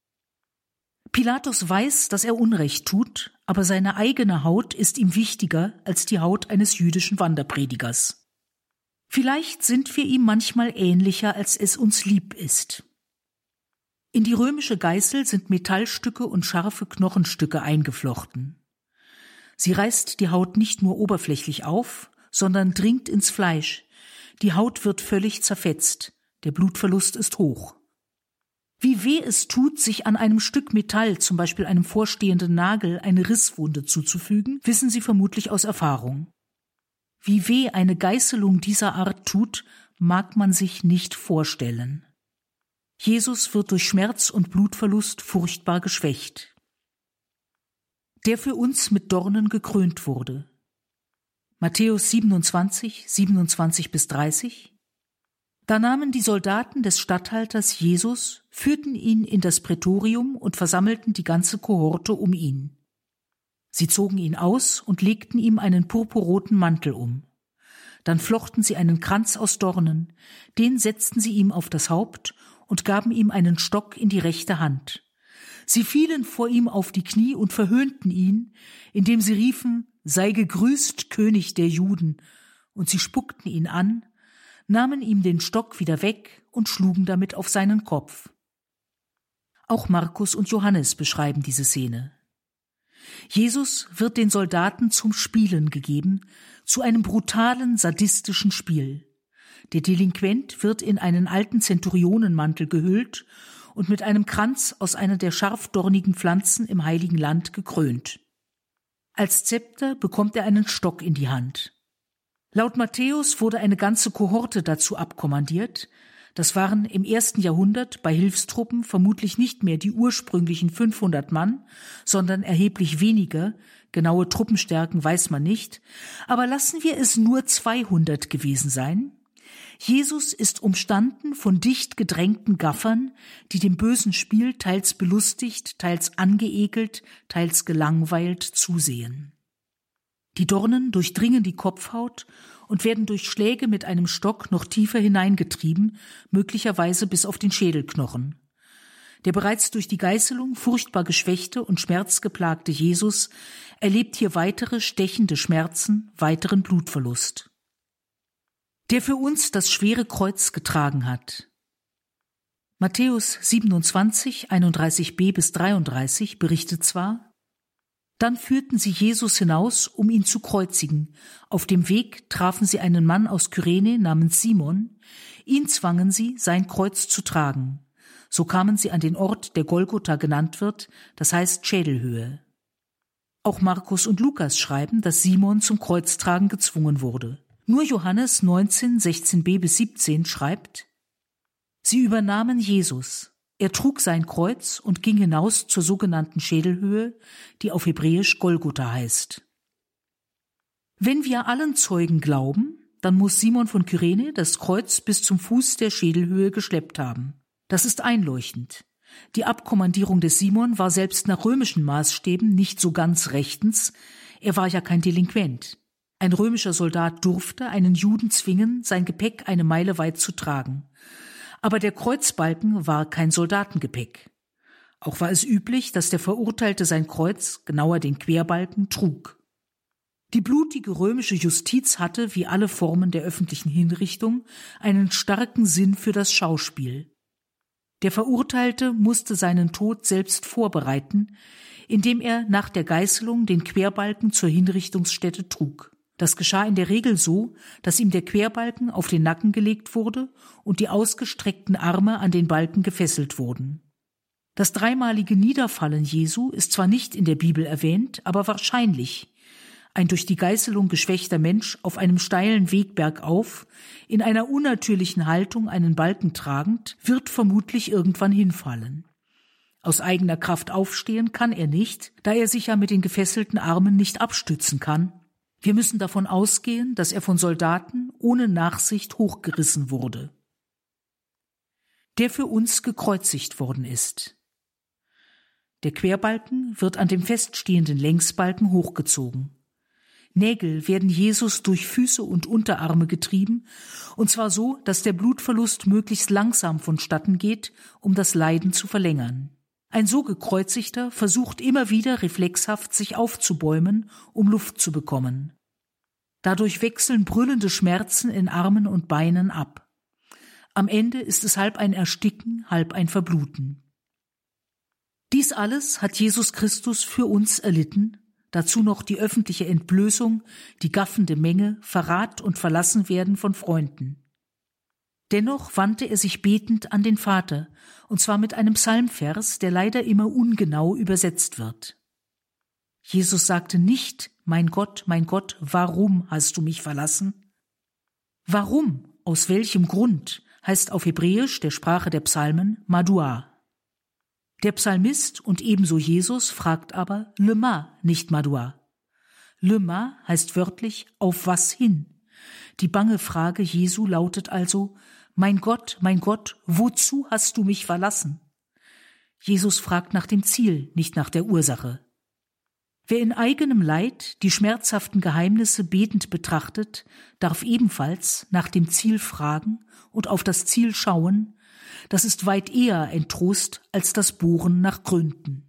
Pilatus weiß, dass er Unrecht tut, aber seine eigene Haut ist ihm wichtiger als die Haut eines jüdischen Wanderpredigers. Vielleicht sind wir ihm manchmal ähnlicher, als es uns lieb ist. In die römische Geißel sind Metallstücke und scharfe Knochenstücke eingeflochten. Sie reißt die Haut nicht nur oberflächlich auf, sondern dringt ins Fleisch. Die Haut wird völlig zerfetzt. Der Blutverlust ist hoch. Wie weh es tut, sich an einem Stück Metall, zum Beispiel einem vorstehenden Nagel, eine Risswunde zuzufügen, wissen Sie vermutlich aus Erfahrung. Wie weh eine Geißelung dieser Art tut, mag man sich nicht vorstellen. Jesus wird durch Schmerz und Blutverlust furchtbar geschwächt. Der für uns mit Dornen gekrönt wurde. Matthäus 27, 27-30. Da nahmen die Soldaten des Statthalters Jesus, führten ihn in das Prätorium und versammelten die ganze Kohorte um ihn. Sie zogen ihn aus und legten ihm einen purpurroten Mantel um. Dann flochten sie einen Kranz aus Dornen, den setzten sie ihm auf das Haupt und gaben ihm einen Stock in die rechte Hand. Sie fielen vor ihm auf die Knie und verhöhnten ihn, indem sie riefen: Sei gegrüßt, König der Juden! Und sie spuckten ihn an, nahmen ihm den Stock wieder weg und schlugen damit auf seinen Kopf. Auch Markus und Johannes beschreiben diese Szene. Jesus wird den Soldaten zum Spielen gegeben, zu einem brutalen, sadistischen Spiel. Der Delinquent wird in einen alten Zenturionenmantel gehüllt und mit einem Kranz aus einer der scharfdornigen Pflanzen im Heiligen Land gekrönt. Als Zepter bekommt er einen Stock in die Hand. Laut Matthäus wurde eine ganze Kohorte dazu abkommandiert. Das waren im 1. Jahrhundert bei Hilfstruppen vermutlich nicht mehr die ursprünglichen 500 Mann, sondern erheblich weniger. Genaue Truppenstärken weiß man nicht. Aber lassen wir es nur 200 gewesen sein. Jesus ist umstanden von dicht gedrängten Gaffern, die dem bösen Spiel teils belustigt, teils angeekelt, teils gelangweilt zusehen. Die Dornen durchdringen die Kopfhaut und werden durch Schläge mit einem Stock noch tiefer hineingetrieben, möglicherweise bis auf den Schädelknochen. Der bereits durch die Geißelung furchtbar geschwächte und schmerzgeplagte Jesus erlebt hier weitere stechende Schmerzen, weiteren Blutverlust. Der für uns das schwere Kreuz getragen hat. Matthäus 27, 31b-33 berichtet zwar: Dann führten sie Jesus hinaus, um ihn zu kreuzigen. Auf dem Weg trafen sie einen Mann aus Kyrene namens Simon. Ihn zwangen sie, sein Kreuz zu tragen. So kamen sie an den Ort, der Golgotha genannt wird, das heißt Schädelhöhe. Auch Markus und Lukas schreiben, dass Simon zum Kreuztragen gezwungen wurde. Nur Johannes 19, 16b-17 schreibt: Sie übernahmen Jesus. Er trug sein Kreuz und ging hinaus zur sogenannten Schädelhöhe, die auf Hebräisch Golgotha heißt. Wenn wir allen Zeugen glauben, dann muss Simon von Kyrene das Kreuz bis zum Fuß der Schädelhöhe geschleppt haben. Das ist einleuchtend. Die Abkommandierung des Simon war selbst nach römischen Maßstäben nicht so ganz rechtens. Er war ja kein Delinquent. Ein römischer Soldat durfte einen Juden zwingen, sein Gepäck eine Meile weit zu tragen. Aber der Kreuzbalken war kein Soldatengepäck. Auch war es üblich, dass der Verurteilte sein Kreuz, genauer den Querbalken, trug. Die blutige römische Justiz hatte, wie alle Formen der öffentlichen Hinrichtung, einen starken Sinn für das Schauspiel. Der Verurteilte musste seinen Tod selbst vorbereiten, indem er nach der Geißelung den Querbalken zur Hinrichtungsstätte trug. Das geschah in der Regel so, dass ihm der Querbalken auf den Nacken gelegt wurde und die ausgestreckten Arme an den Balken gefesselt wurden. Das dreimalige Niederfallen Jesu ist zwar nicht in der Bibel erwähnt, aber wahrscheinlich. Ein durch die Geißelung geschwächter Mensch auf einem steilen Weg bergauf, in einer unnatürlichen Haltung einen Balken tragend, wird vermutlich irgendwann hinfallen. Aus eigener Kraft aufstehen kann er nicht, da er sich ja mit den gefesselten Armen nicht abstützen kann. Wir müssen davon ausgehen, dass er von Soldaten ohne Nachsicht hochgerissen wurde. Der für uns gekreuzigt worden ist. Der Querbalken wird an dem feststehenden Längsbalken hochgezogen. Nägel werden Jesus durch Füße und Unterarme getrieben, und zwar so, dass der Blutverlust möglichst langsam vonstatten geht, um das Leiden zu verlängern. Ein so gekreuzigter versucht immer wieder reflexhaft, sich aufzubäumen, um Luft zu bekommen. Dadurch wechseln brüllende Schmerzen in Armen und Beinen ab. Am Ende ist es halb ein Ersticken, halb ein Verbluten. Dies alles hat Jesus Christus für uns erlitten, dazu noch die öffentliche Entblößung, die gaffende Menge, Verrat und Verlassenwerden von Freunden. Dennoch wandte er sich betend an den Vater, und zwar mit einem Psalmvers, der leider immer ungenau übersetzt wird. Jesus sagte nicht: Mein Gott, warum hast du mich verlassen? Warum, aus welchem Grund, heißt auf Hebräisch, der Sprache der Psalmen, Madua. Der Psalmist und ebenso Jesus fragt aber Lema, nicht Madua. Lema heißt wörtlich auf was hin. Die bange Frage Jesu lautet also: Mein Gott, wozu hast du mich verlassen? Jesus fragt nach dem Ziel, nicht nach der Ursache. Wer in eigenem Leid die schmerzhaften Geheimnisse betend betrachtet, darf ebenfalls nach dem Ziel fragen und auf das Ziel schauen. Das ist weit eher ein Trost als das Bohren nach Gründen.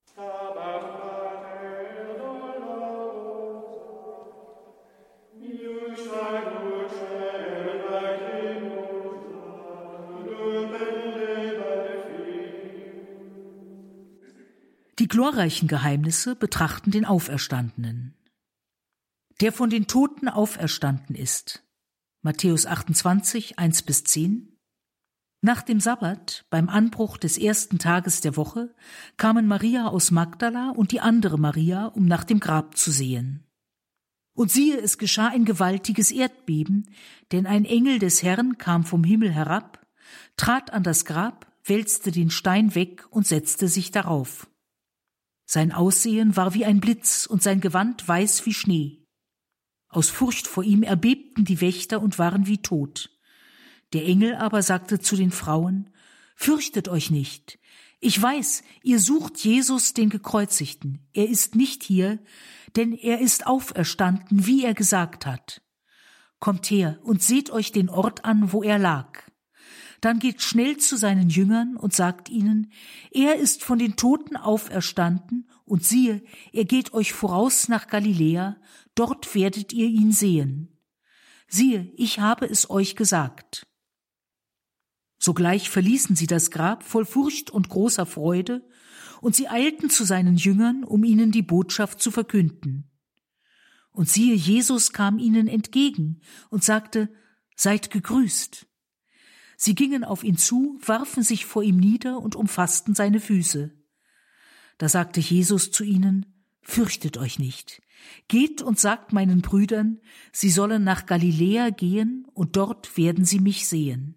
Die glorreichen Geheimnisse betrachten den Auferstandenen. Der von den Toten auferstanden ist. Matthäus 28, 1-10. Nach dem Sabbat, beim Anbruch des ersten Tages der Woche, kamen Maria aus Magdala und die andere Maria, um nach dem Grab zu sehen. Und siehe, es geschah ein gewaltiges Erdbeben, denn ein Engel des Herrn kam vom Himmel herab, trat an das Grab, wälzte den Stein weg und setzte sich darauf. Sein Aussehen war wie ein Blitz und sein Gewand weiß wie Schnee. Aus Furcht vor ihm erbebten die Wächter und waren wie tot. Der Engel aber sagte zu den Frauen: Fürchtet euch nicht. Ich weiß, ihr sucht Jesus, den Gekreuzigten. Er ist nicht hier, denn er ist auferstanden, wie er gesagt hat. Kommt her und seht euch den Ort an, wo er lag. Dann geht schnell zu seinen Jüngern und sagt ihnen: Er ist von den Toten auferstanden, und siehe, er geht euch voraus nach Galiläa, dort werdet ihr ihn sehen. Siehe, ich habe es euch gesagt. Sogleich verließen sie das Grab voll Furcht und großer Freude, und sie eilten zu seinen Jüngern, um ihnen die Botschaft zu verkünden. Und siehe, Jesus kam ihnen entgegen und sagte: Seid gegrüßt. Sie gingen auf ihn zu, warfen sich vor ihm nieder und umfassten seine Füße. Da sagte Jesus zu ihnen: Fürchtet euch nicht. Geht und sagt meinen Brüdern, sie sollen nach Galiläa gehen, und dort werden sie mich sehen.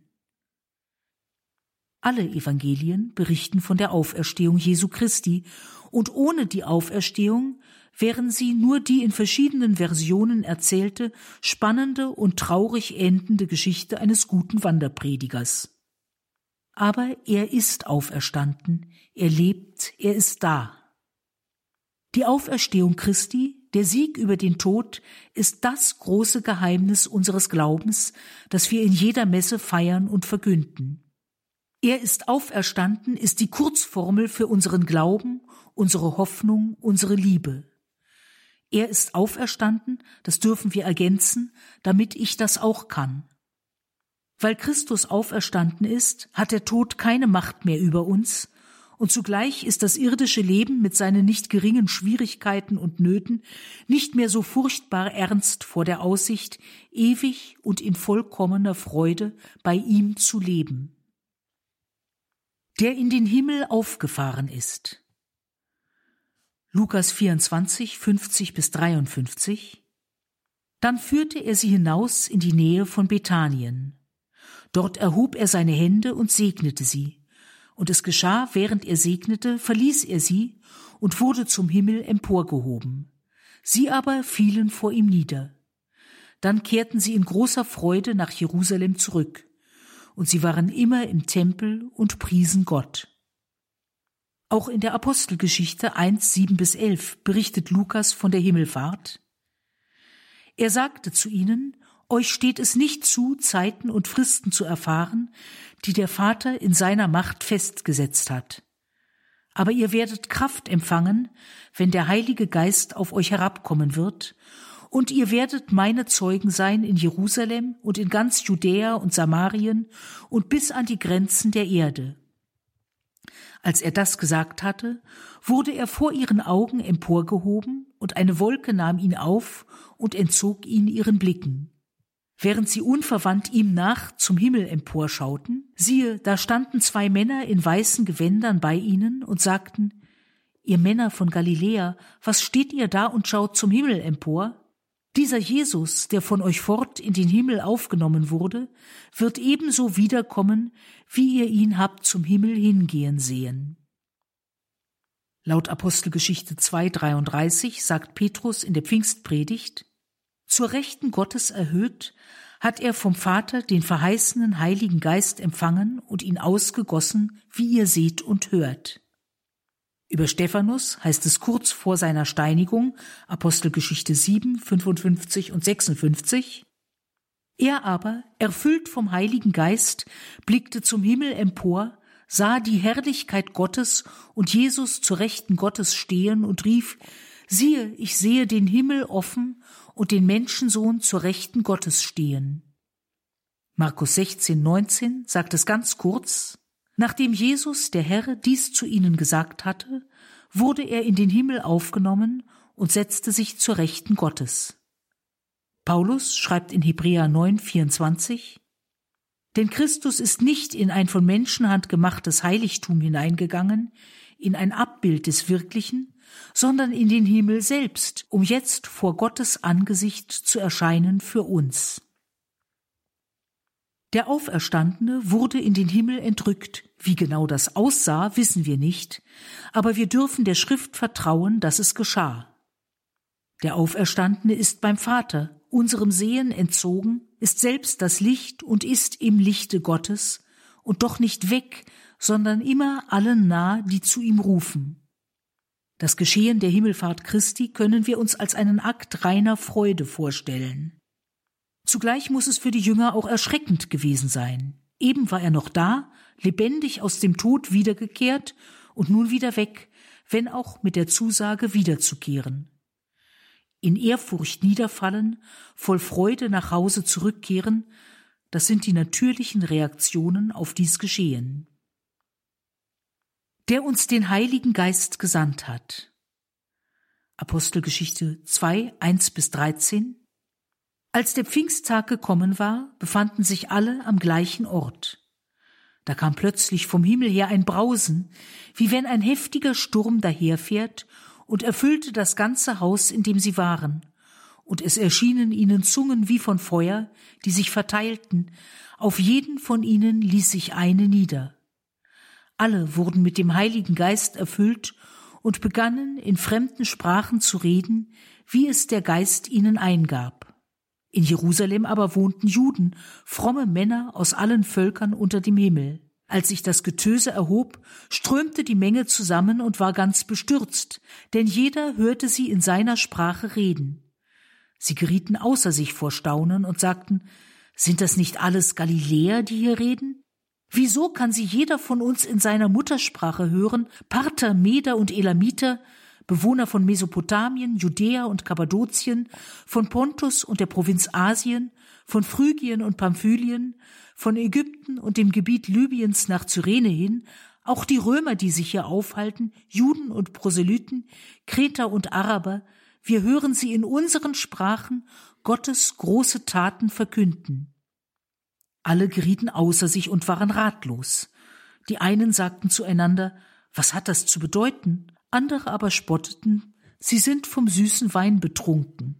Alle Evangelien berichten von der Auferstehung Jesu Christi, und ohne die Auferstehung wären sie nur die in verschiedenen Versionen erzählte, spannende und traurig endende Geschichte eines guten Wanderpredigers. Aber er ist auferstanden, er lebt, er ist da. Die Auferstehung Christi, der Sieg über den Tod, ist das große Geheimnis unseres Glaubens, das wir in jeder Messe feiern und verkünden. Er ist auferstanden ist die Kurzformel für unseren Glauben, unsere Hoffnung, unsere Liebe. Er ist auferstanden, das dürfen wir ergänzen, damit ich das auch kann. Weil Christus auferstanden ist, hat der Tod keine Macht mehr über uns, und zugleich ist das irdische Leben mit seinen nicht geringen Schwierigkeiten und Nöten nicht mehr so furchtbar ernst vor der Aussicht, ewig und in vollkommener Freude bei ihm zu leben. Der in den Himmel aufgefahren ist. Lukas 24, 50-53. Dann führte er sie hinaus in die Nähe von Bethanien. Dort erhob er seine Hände und segnete sie. Und es geschah, während er segnete, verließ er sie und wurde zum Himmel emporgehoben. Sie aber fielen vor ihm nieder. Dann kehrten sie in großer Freude nach Jerusalem zurück. Und sie waren immer im Tempel und priesen Gott. Auch in der Apostelgeschichte 1, 7-11 berichtet Lukas von der Himmelfahrt. Er sagte zu ihnen: Euch steht es nicht zu, Zeiten und Fristen zu erfahren, die der Vater in seiner Macht festgesetzt hat. Aber ihr werdet Kraft empfangen, wenn der Heilige Geist auf euch herabkommen wird, und ihr werdet meine Zeugen sein in Jerusalem und in ganz Judäa und Samarien und bis an die Grenzen der Erde. Als er das gesagt hatte, wurde er vor ihren Augen emporgehoben, und eine Wolke nahm ihn auf und entzog ihn ihren Blicken. Während sie unverwandt ihm nach zum Himmel emporschauten, siehe, da standen 2 Männer in weißen Gewändern bei ihnen und sagten: Ihr Männer von Galiläa, was steht ihr da und schaut zum Himmel empor? Dieser Jesus, der von euch fort in den Himmel aufgenommen wurde, wird ebenso wiederkommen, wie ihr ihn habt zum Himmel hingehen sehen. Laut Apostelgeschichte 2,33 sagt Petrus in der Pfingstpredigt: Zur Rechten Gottes erhöht, hat er vom Vater den verheißenen Heiligen Geist empfangen und ihn ausgegossen, wie ihr seht und hört. Über Stephanus heißt es kurz vor seiner Steinigung, Apostelgeschichte 7, 55 und 56, er aber, erfüllt vom Heiligen Geist, blickte zum Himmel empor, sah die Herrlichkeit Gottes und Jesus zur Rechten Gottes stehen und rief: Siehe, ich sehe den Himmel offen und den Menschensohn zur Rechten Gottes stehen. Markus 16, 19 sagt es ganz kurz: Nachdem Jesus, der Herr, dies zu ihnen gesagt hatte, wurde er in den Himmel aufgenommen und setzte sich zur Rechten Gottes. Paulus schreibt in Hebräer 9, 24: Denn Christus ist nicht in ein von Menschenhand gemachtes Heiligtum hineingegangen, in ein Abbild des Wirklichen, sondern in den Himmel selbst, um jetzt vor Gottes Angesicht zu erscheinen für uns. Der Auferstandene wurde in den Himmel entrückt. Wie genau das aussah, wissen wir nicht, aber wir dürfen der Schrift vertrauen, dass es geschah. Der Auferstandene ist beim Vater, unserem Sehen entzogen, ist selbst das Licht und ist im Lichte Gottes und doch nicht weg, sondern immer allen nah, die zu ihm rufen. Das Geschehen der Himmelfahrt Christi können wir uns als einen Akt reiner Freude vorstellen. Zugleich muss es für die Jünger auch erschreckend gewesen sein. Eben war er noch da, lebendig aus dem Tod wiedergekehrt und nun wieder weg, wenn auch mit der Zusage wiederzukehren. In Ehrfurcht niederfallen, voll Freude nach Hause zurückkehren, das sind die natürlichen Reaktionen auf dies Geschehen. Der uns den Heiligen Geist gesandt hat. Apostelgeschichte 2, 1-13. Als der Pfingsttag gekommen war, befanden sich alle am gleichen Ort. Da kam plötzlich vom Himmel her ein Brausen, wie wenn ein heftiger Sturm daherfährt, und erfüllte das ganze Haus, in dem sie waren. Und es erschienen ihnen Zungen wie von Feuer, die sich verteilten. Auf jeden von ihnen ließ sich eine nieder. Alle wurden mit dem Heiligen Geist erfüllt und begannen, in fremden Sprachen zu reden, wie es der Geist ihnen eingab. In Jerusalem aber wohnten Juden, fromme Männer aus allen Völkern unter dem Himmel. Als sich das Getöse erhob, strömte die Menge zusammen und war ganz bestürzt, denn jeder hörte sie in seiner Sprache reden. Sie gerieten außer sich vor Staunen und sagten: Sind das nicht alles Galiläer, die hier reden? Wieso kann sie jeder von uns in seiner Muttersprache hören, Parther, Meder und Elamiter, Bewohner von Mesopotamien, Judäa und Kappadokien, von Pontus und der Provinz Asien, von Phrygien und Pamphylien, von Ägypten und dem Gebiet Libyens nach Cyrene hin, auch die Römer, die sich hier aufhalten, Juden und Proselyten, Kreter und Araber, wir hören sie in unseren Sprachen Gottes große Taten verkünden. Alle gerieten außer sich und waren ratlos. Die einen sagten zueinander: Was hat das zu bedeuten? Andere aber spotteten: Sie sind vom süßen Wein betrunken.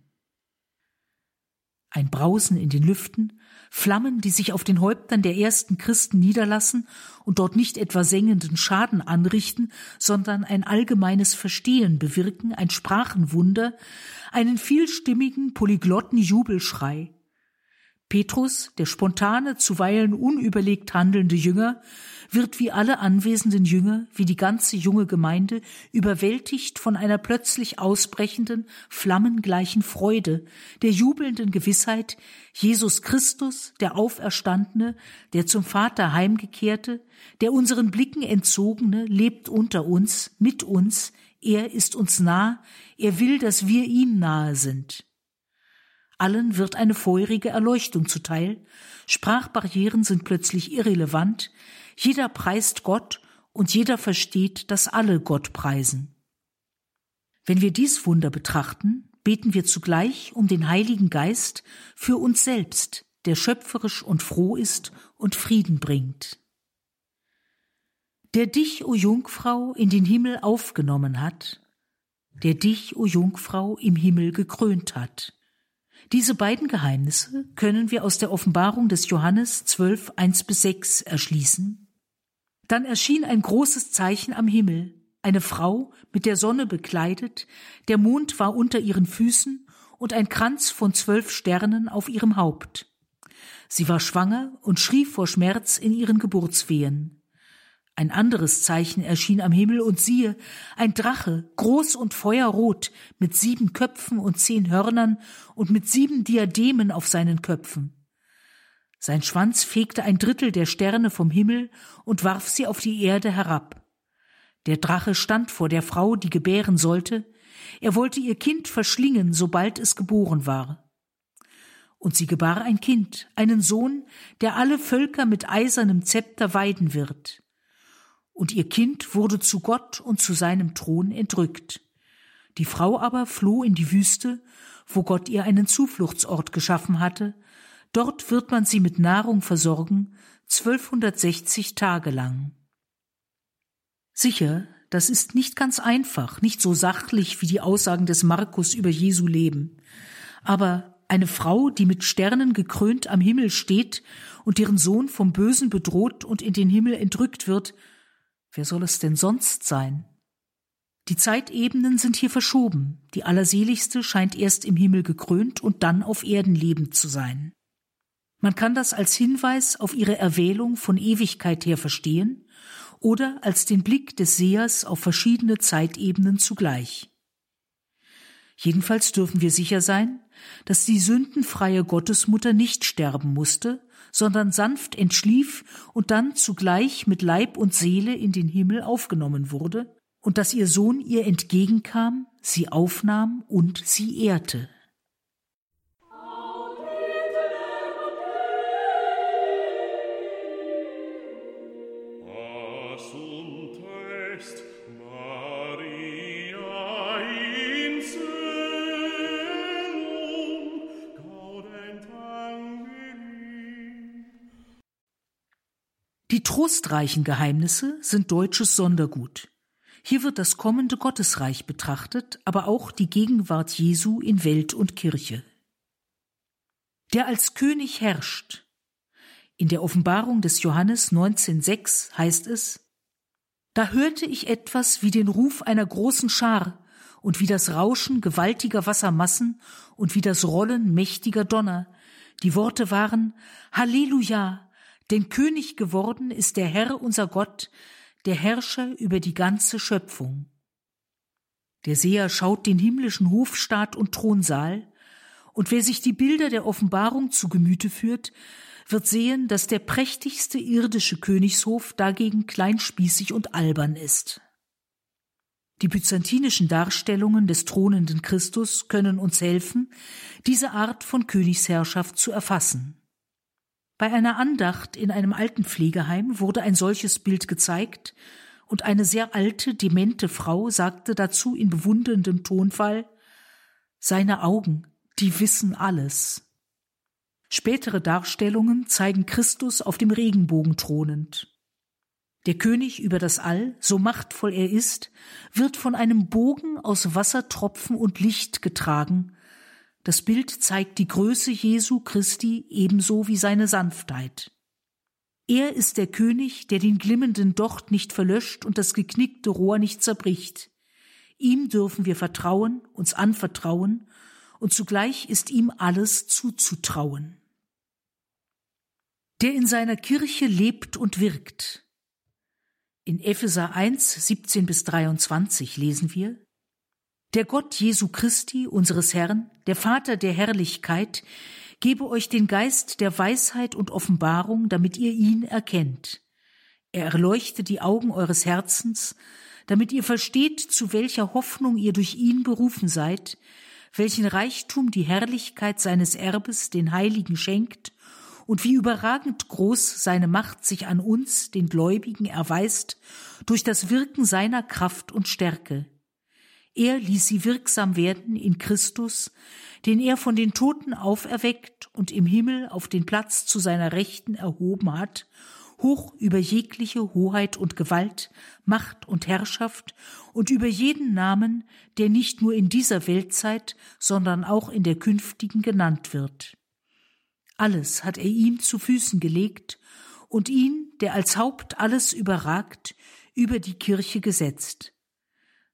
Ein Brausen in den Lüften, Flammen, die sich auf den Häuptern der ersten Christen niederlassen und dort nicht etwa sengenden Schaden anrichten, sondern ein allgemeines Verstehen bewirken, ein Sprachenwunder, einen vielstimmigen, polyglotten Jubelschrei. Petrus, der spontane, zuweilen unüberlegt handelnde Jünger, wird wie alle anwesenden Jünger, wie die ganze junge Gemeinde, überwältigt von einer plötzlich ausbrechenden, flammengleichen Freude, der jubelnden Gewissheit: Jesus Christus, der Auferstandene, der zum Vater heimgekehrte, der unseren Blicken entzogene, lebt unter uns, mit uns, er ist uns nah, er will, dass wir ihm nahe sind. Allen wird eine feurige Erleuchtung zuteil, Sprachbarrieren sind plötzlich irrelevant, jeder preist Gott und jeder versteht, dass alle Gott preisen. Wenn wir dies Wunder betrachten, beten wir zugleich um den Heiligen Geist für uns selbst, der schöpferisch und froh ist und Frieden bringt. Der dich, o Jungfrau, in den Himmel aufgenommen hat, der dich, o Jungfrau, im Himmel gekrönt hat. Diese beiden Geheimnisse können wir aus der Offenbarung des Johannes 12, 1-6 erschließen. Dann erschien ein großes Zeichen am Himmel, eine Frau mit der Sonne bekleidet, der Mond war unter ihren Füßen und ein Kranz von 12 Sternen auf ihrem Haupt. Sie war schwanger und schrie vor Schmerz in ihren Geburtswehen. Ein anderes Zeichen erschien am Himmel, und siehe, ein Drache, groß und feuerrot, mit 7 Köpfen und 10 Hörnern und mit 7 Diademen auf seinen Köpfen. Sein Schwanz fegte 1/3 der Sterne vom Himmel und warf sie auf die Erde herab. Der Drache stand vor der Frau, die gebären sollte. Er wollte ihr Kind verschlingen, sobald es geboren war. Und sie gebar ein Kind, einen Sohn, der alle Völker mit eisernem Zepter weiden wird. Und ihr Kind wurde zu Gott und zu seinem Thron entrückt. Die Frau aber floh in die Wüste, wo Gott ihr einen Zufluchtsort geschaffen hatte. Dort wird man sie mit Nahrung versorgen, 1260 Tage lang. Sicher, das ist nicht ganz einfach, nicht so sachlich wie die Aussagen des Markus über Jesu Leben. Aber eine Frau, die mit Sternen gekrönt am Himmel steht und deren Sohn vom Bösen bedroht und in den Himmel entrückt wird, wer soll es denn sonst sein? Die Zeitebenen sind hier verschoben. Die Allerseligste scheint erst im Himmel gekrönt und dann auf Erden lebend zu sein. Man kann das als Hinweis auf ihre Erwählung von Ewigkeit her verstehen oder als den Blick des Sehers auf verschiedene Zeitebenen zugleich. Jedenfalls dürfen wir sicher sein, dass die sündenfreie Gottesmutter nicht sterben musste, sondern sanft entschlief und dann zugleich mit Leib und Seele in den Himmel aufgenommen wurde und dass ihr Sohn ihr entgegenkam, sie aufnahm und sie ehrte. Die trostreichen Geheimnisse sind deutsches Sondergut. Hier wird das kommende Gottesreich betrachtet, aber auch die Gegenwart Jesu in Welt und Kirche. Der als König herrscht. In der Offenbarung des Johannes 19,6 heißt es: Da hörte ich etwas wie den Ruf einer großen Schar und wie das Rauschen gewaltiger Wassermassen und wie das Rollen mächtiger Donner. Die Worte waren: Halleluja! Denn König geworden ist der Herr unser Gott, der Herrscher über die ganze Schöpfung. Der Seher schaut den himmlischen Hofstaat und Thronsaal, und wer sich die Bilder der Offenbarung zu Gemüte führt, wird sehen, dass der prächtigste irdische Königshof dagegen kleinspießig und albern ist. Die byzantinischen Darstellungen des thronenden Christus können uns helfen, diese Art von Königsherrschaft zu erfassen. Bei einer Andacht in einem Altenpflegeheim wurde ein solches Bild gezeigt, und eine sehr alte, demente Frau sagte dazu in bewunderndem Tonfall: Seine Augen, die wissen alles. Spätere Darstellungen zeigen Christus auf dem Regenbogen thronend. Der König über das All, so machtvoll er ist, wird von einem Bogen aus Wassertropfen und Licht getragen. Das Bild zeigt die Größe Jesu Christi ebenso wie seine Sanftheit. Er ist der König, der den glimmenden Docht nicht verlöscht und das geknickte Rohr nicht zerbricht. Ihm dürfen wir vertrauen, uns anvertrauen, und zugleich ist ihm alles zuzutrauen. Der in seiner Kirche lebt und wirkt. In Epheser 1, 17-23 lesen wir: Der Gott Jesu Christi, unseres Herrn, der Vater der Herrlichkeit, gebe euch den Geist der Weisheit und Offenbarung, damit ihr ihn erkennt. Er erleuchte die Augen eures Herzens, damit ihr versteht, zu welcher Hoffnung ihr durch ihn berufen seid, welchen Reichtum die Herrlichkeit seines Erbes den Heiligen schenkt und wie überragend groß seine Macht sich an uns, den Gläubigen, erweist durch das Wirken seiner Kraft und Stärke. Er ließ sie wirksam werden in Christus, den er von den Toten auferweckt und im Himmel auf den Platz zu seiner Rechten erhoben hat, hoch über jegliche Hoheit und Gewalt, Macht und Herrschaft und über jeden Namen, der nicht nur in dieser Weltzeit, sondern auch in der künftigen genannt wird. Alles hat er ihm zu Füßen gelegt und ihn, der als Haupt alles überragt, über die Kirche gesetzt.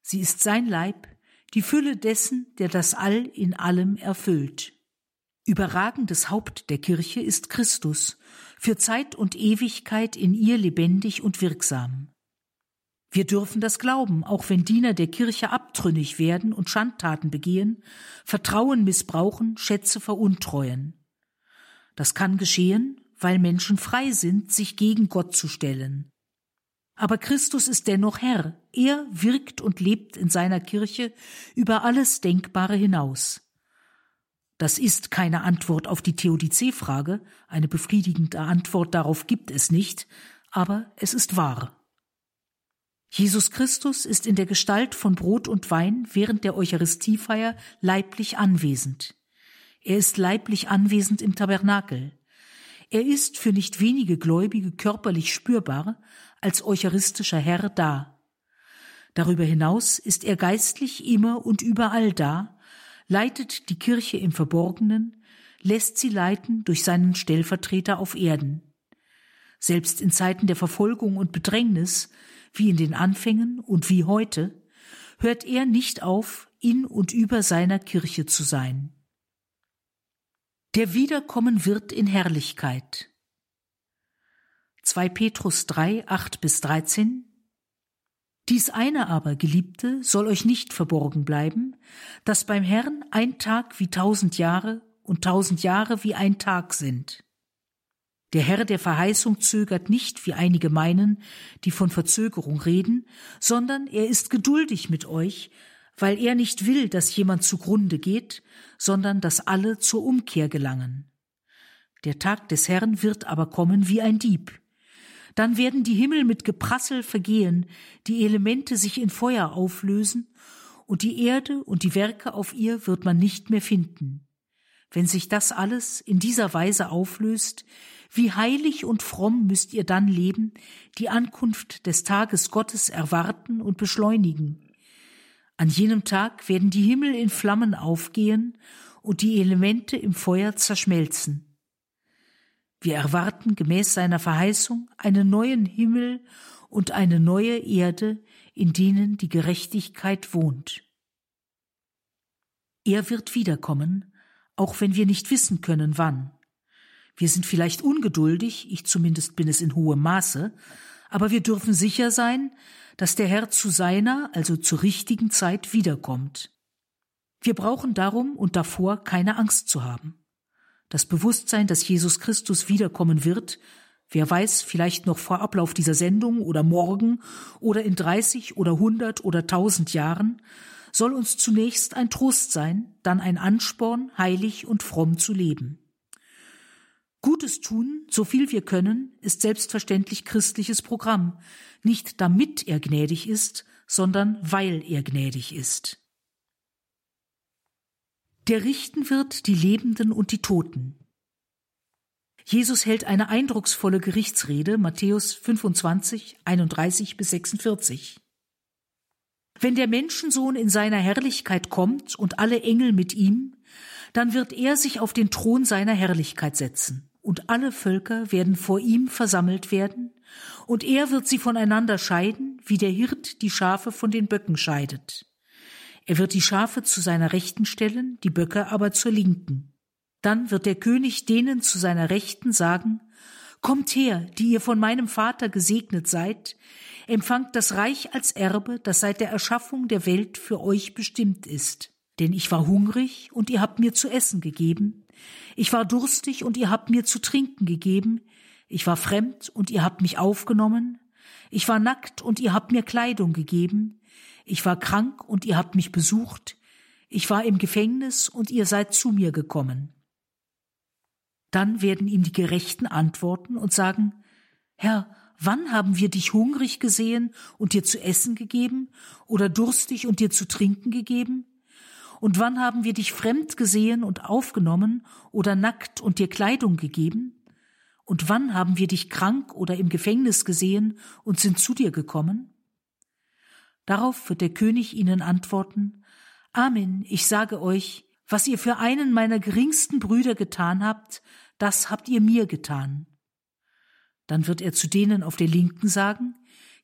Sie ist sein Leib, die Fülle dessen, der das All in allem erfüllt. Überragendes Haupt der Kirche ist Christus, für Zeit und Ewigkeit in ihr lebendig und wirksam. Wir dürfen das glauben, auch wenn Diener der Kirche abtrünnig werden und Schandtaten begehen, Vertrauen missbrauchen, Schätze veruntreuen. Das kann geschehen, weil Menschen frei sind, sich gegen Gott zu stellen. Aber Christus ist dennoch Herr. Er wirkt und lebt in seiner Kirche über alles Denkbare hinaus. Das ist keine Antwort auf die Theodizee-Frage, eine befriedigende Antwort darauf gibt es nicht, aber es ist wahr. Jesus Christus ist in der Gestalt von Brot und Wein während der Eucharistiefeier leiblich anwesend. Er ist leiblich anwesend im Tabernakel. Er ist für nicht wenige Gläubige körperlich spürbar als eucharistischer Herr da. Darüber hinaus ist er geistlich immer und überall da, leitet die Kirche im Verborgenen, lässt sie leiten durch seinen Stellvertreter auf Erden. Selbst in Zeiten der Verfolgung und Bedrängnis, wie in den Anfängen und wie heute, hört er nicht auf, in und über seiner Kirche zu sein. Der wiederkommen wird in Herrlichkeit. 2 Petrus 3, 8-13. Dies eine aber, Geliebte, soll euch nicht verborgen bleiben, dass beim Herrn ein Tag wie 1000 Jahre und 1000 Jahre wie ein Tag sind. Der Herr der Verheißung zögert nicht, wie einige meinen, die von Verzögerung reden, sondern er ist geduldig mit euch, weil er nicht will, dass jemand zugrunde geht, sondern dass alle zur Umkehr gelangen. Der Tag des Herrn wird aber kommen wie ein Dieb. Dann werden die Himmel mit Geprassel vergehen, die Elemente sich in Feuer auflösen, und die Erde und die Werke auf ihr wird man nicht mehr finden. Wenn sich das alles in dieser Weise auflöst, wie heilig und fromm müsst ihr dann leben, die Ankunft des Tages Gottes erwarten und beschleunigen. An jenem Tag werden die Himmel in Flammen aufgehen und die Elemente im Feuer zerschmelzen. Wir erwarten gemäß seiner Verheißung einen neuen Himmel und eine neue Erde, in denen die Gerechtigkeit wohnt. Er wird wiederkommen, auch wenn wir nicht wissen können, wann. Wir sind vielleicht ungeduldig, ich zumindest bin es in hohem Maße, aber wir dürfen sicher sein, dass der Herr zu seiner, also zur richtigen Zeit wiederkommt. Wir brauchen darum und davor keine Angst zu haben. Das Bewusstsein, dass Jesus Christus wiederkommen wird, wer weiß, vielleicht noch vor Ablauf dieser Sendung oder morgen oder in 30 oder 100 oder 1000 Jahren, soll uns zunächst ein Trost sein, dann ein Ansporn, heilig und fromm zu leben. Gutes tun, so viel wir können, ist selbstverständlich christliches Programm, nicht damit er gnädig ist, sondern weil er gnädig ist. Der richten wird die Lebenden und die Toten. Jesus hält eine eindrucksvolle Gerichtsrede, Matthäus 25, 31-46. Wenn der Menschensohn in seiner Herrlichkeit kommt und alle Engel mit ihm, dann wird er sich auf den Thron seiner Herrlichkeit setzen, und alle Völker werden vor ihm versammelt werden, und er wird sie voneinander scheiden, wie der Hirt die Schafe von den Böcken scheidet. Er wird die Schafe zu seiner Rechten stellen, die Böcke aber zur Linken. Dann wird der König denen zu seiner Rechten sagen: Kommt her, die ihr von meinem Vater gesegnet seid, empfangt das Reich als Erbe, das seit der Erschaffung der Welt für euch bestimmt ist. Denn ich war hungrig, und ihr habt mir zu essen gegeben. Ich war durstig, und ihr habt mir zu trinken gegeben. Ich war fremd, und ihr habt mich aufgenommen. Ich war nackt, und ihr habt mir Kleidung gegeben. Ich war krank, und ihr habt mich besucht. Ich war im Gefängnis, und ihr seid zu mir gekommen. Dann werden ihm die Gerechten antworten und sagen: Herr, wann haben wir dich hungrig gesehen und dir zu essen gegeben, oder durstig und dir zu trinken gegeben? Und wann haben wir dich fremd gesehen und aufgenommen, oder nackt und dir Kleidung gegeben? Und wann haben wir dich krank oder im Gefängnis gesehen und sind zu dir gekommen? Darauf wird der König ihnen antworten: Amen, ich sage euch, was ihr für einen meiner geringsten Brüder getan habt, das habt ihr mir getan. Dann wird er zu denen auf der Linken sagen: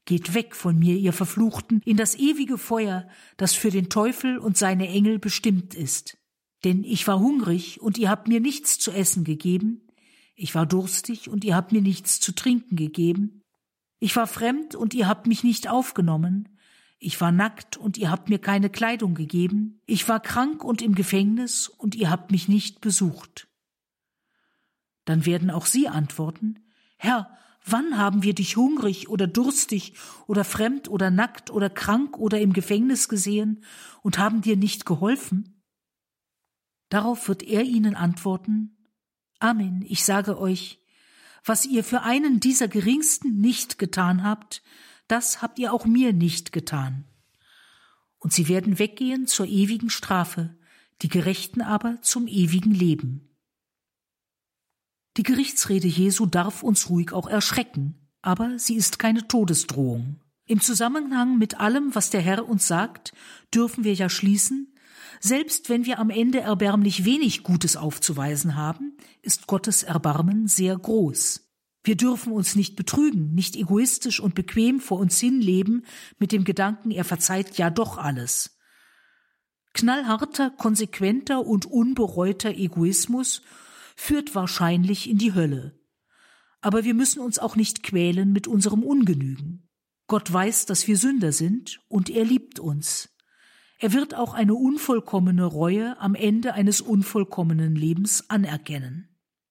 Geht weg von mir, ihr Verfluchten, in das ewige Feuer, das für den Teufel und seine Engel bestimmt ist. Denn ich war hungrig, und ihr habt mir nichts zu essen gegeben. Ich war durstig, und ihr habt mir nichts zu trinken gegeben. Ich war fremd, und ihr habt mich nicht aufgenommen. Ich war nackt, und ihr habt mir keine Kleidung gegeben. Ich war krank und im Gefängnis, und ihr habt mich nicht besucht. Dann werden auch sie antworten: Herr, wann haben wir dich hungrig oder durstig oder fremd oder nackt oder krank oder im Gefängnis gesehen und haben dir nicht geholfen? Darauf wird er ihnen antworten: Amen, ich sage euch, was ihr für einen dieser Geringsten nicht getan habt, das habt ihr auch mir nicht getan. Und sie werden weggehen zur ewigen Strafe, die Gerechten aber zum ewigen Leben. Die Gerichtsrede Jesu darf uns ruhig auch erschrecken, aber sie ist keine Todesdrohung. Im Zusammenhang mit allem, was der Herr uns sagt, dürfen wir ja schließen: Selbst wenn wir am Ende erbärmlich wenig Gutes aufzuweisen haben, ist Gottes Erbarmen sehr groß. Wir dürfen uns nicht betrügen, nicht egoistisch und bequem vor uns hinleben mit dem Gedanken, er verzeiht ja doch alles. Knallharter, konsequenter und unbereuter Egoismus führt wahrscheinlich in die Hölle. Aber wir müssen uns auch nicht quälen mit unserem Ungenügen. Gott weiß, dass wir Sünder sind, und er liebt uns. Er wird auch eine unvollkommene Reue am Ende eines unvollkommenen Lebens anerkennen.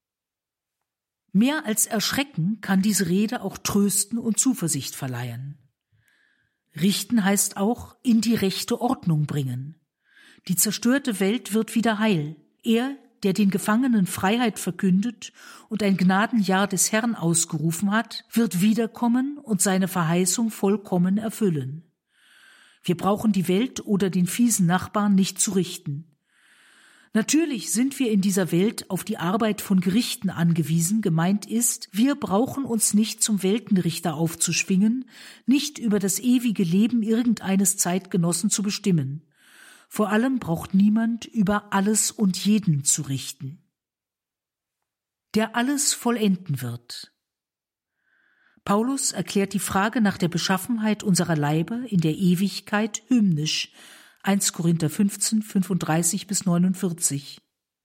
Mehr als erschrecken kann diese Rede auch trösten und Zuversicht verleihen. Richten heißt auch in die rechte Ordnung bringen. Die zerstörte Welt wird wieder heil. Er, der den Gefangenen Freiheit verkündet und ein Gnadenjahr des Herrn ausgerufen hat, wird wiederkommen und seine Verheißung vollkommen erfüllen. Wir brauchen die Welt oder den fiesen Nachbarn nicht zu richten. Natürlich sind wir in dieser Welt auf die Arbeit von Gerichten angewiesen. Gemeint ist, wir brauchen uns nicht zum Weltenrichter aufzuschwingen, nicht über das ewige Leben irgendeines Zeitgenossen zu bestimmen. Vor allem braucht niemand über alles und jeden zu richten. Der alles vollenden wird. Paulus erklärt die Frage nach der Beschaffenheit unserer Leiber in der Ewigkeit hymnisch, 1 Korinther 15, 35-49.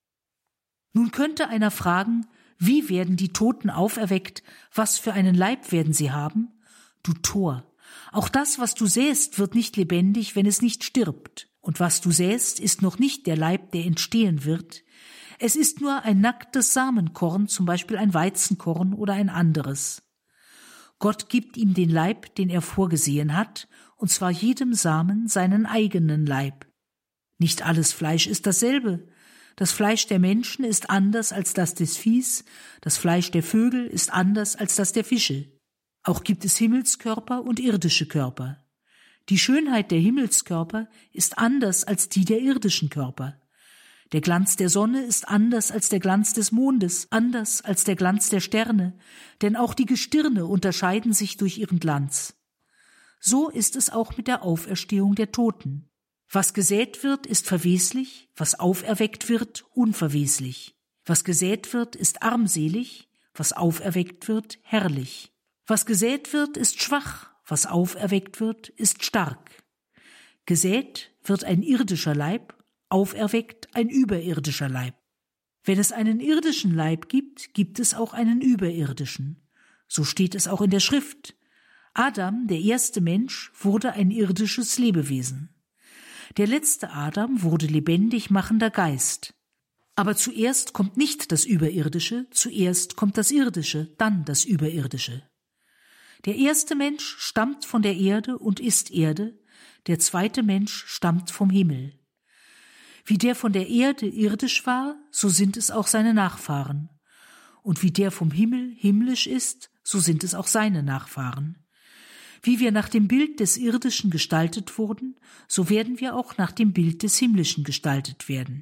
Nun könnte einer fragen: Wie werden die Toten auferweckt? Was für einen Leib werden sie haben? Du Tor! Auch das, was du säst, wird nicht lebendig, wenn es nicht stirbt. Und was du säst, ist noch nicht der Leib, der entstehen wird. Es ist nur ein nacktes Samenkorn, zum Beispiel ein Weizenkorn oder ein anderes. Gott gibt ihm den Leib, den er vorgesehen hat, und zwar jedem Samen seinen eigenen Leib. Nicht alles Fleisch ist dasselbe. Das Fleisch der Menschen ist anders als das des Viehs, das Fleisch der Vögel ist anders als das der Fische. Auch gibt es Himmelskörper und irdische Körper. Die Schönheit der Himmelskörper ist anders als die der irdischen Körper. Der Glanz der Sonne ist anders als der Glanz des Mondes, anders als der Glanz der Sterne, denn auch die Gestirne unterscheiden sich durch ihren Glanz. So ist es auch mit der Auferstehung der Toten. Was gesät wird, ist verweslich, was auferweckt wird, unverweslich. Was gesät wird, ist armselig, was auferweckt wird, herrlich. Was gesät wird, ist schwach, was auferweckt wird, ist stark. Gesät wird ein irdischer Leib, auferweckt ein überirdischer Leib. Wenn es einen irdischen Leib gibt, gibt es auch einen überirdischen. So steht es auch in der Schrift. Adam, der erste Mensch, wurde ein irdisches Lebewesen. Der letzte Adam wurde lebendig machender Geist. Aber zuerst kommt nicht das Überirdische, zuerst kommt das Irdische, dann das Überirdische. Der erste Mensch stammt von der Erde und ist Erde, der zweite Mensch stammt vom Himmel. Wie der von der Erde irdisch war, so sind es auch seine Nachfahren. Und wie der vom Himmel himmlisch ist, so sind es auch seine Nachfahren. Wie wir nach dem Bild des Irdischen gestaltet wurden, so werden wir auch nach dem Bild des Himmlischen gestaltet werden.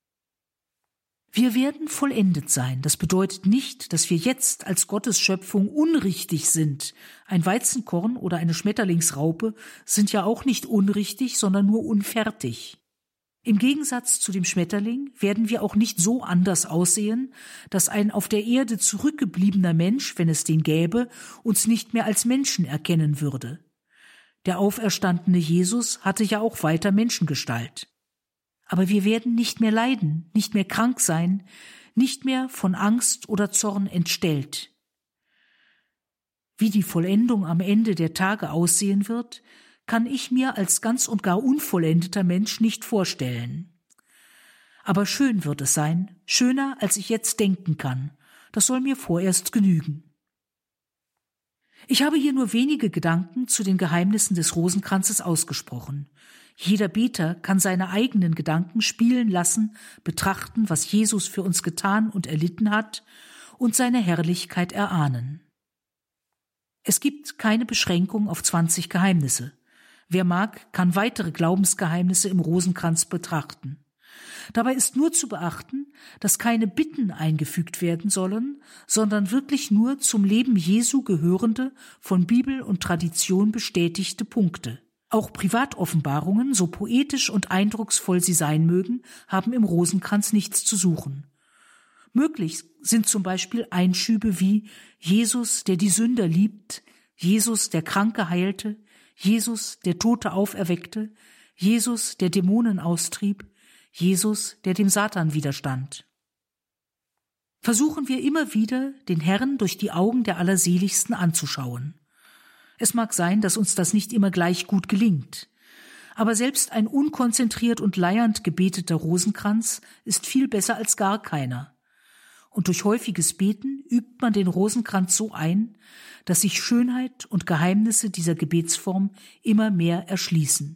Wir werden vollendet sein. Das bedeutet nicht, dass wir jetzt als Gottes Schöpfung unrichtig sind. Ein Weizenkorn oder eine Schmetterlingsraupe sind ja auch nicht unrichtig, sondern nur unfertig. Im Gegensatz zu dem Schmetterling werden wir auch nicht so anders aussehen, dass ein auf der Erde zurückgebliebener Mensch, wenn es den gäbe, uns nicht mehr als Menschen erkennen würde. Der auferstandene Jesus hatte ja auch weiter Menschengestalt. Aber wir werden nicht mehr leiden, nicht mehr krank sein, nicht mehr von Angst oder Zorn entstellt. Wie die Vollendung am Ende der Tage aussehen wird, kann ich mir als ganz und gar unvollendeter Mensch nicht vorstellen. Aber schön wird es sein, schöner, als ich jetzt denken kann. Das soll mir vorerst genügen. Ich habe hier nur wenige Gedanken zu den Geheimnissen des Rosenkranzes ausgesprochen. Jeder Beter kann seine eigenen Gedanken spielen lassen, betrachten, was Jesus für uns getan und erlitten hat, und seine Herrlichkeit erahnen. Es gibt keine Beschränkung auf 20 Geheimnisse. Wer mag, kann weitere Glaubensgeheimnisse im Rosenkranz betrachten. Dabei ist nur zu beachten, dass keine Bitten eingefügt werden sollen, sondern wirklich nur zum Leben Jesu gehörende, von Bibel und Tradition bestätigte Punkte. Auch Privatoffenbarungen, so poetisch und eindrucksvoll sie sein mögen, haben im Rosenkranz nichts zu suchen. Möglich sind zum Beispiel Einschübe wie Jesus, der die Sünder liebt, Jesus, der Kranke heilte, Jesus, der Tote auferweckte, Jesus, der Dämonen austrieb, Jesus, der dem Satan widerstand. Versuchen wir immer wieder, den Herrn durch die Augen der Allerseligsten anzuschauen. Es mag sein, dass uns das nicht immer gleich gut gelingt, aber selbst ein unkonzentriert und leiernd gebeteter Rosenkranz ist viel besser als gar keiner. Und durch häufiges Beten übt man den Rosenkranz so ein, dass sich Schönheit und Geheimnisse dieser Gebetsform immer mehr erschließen.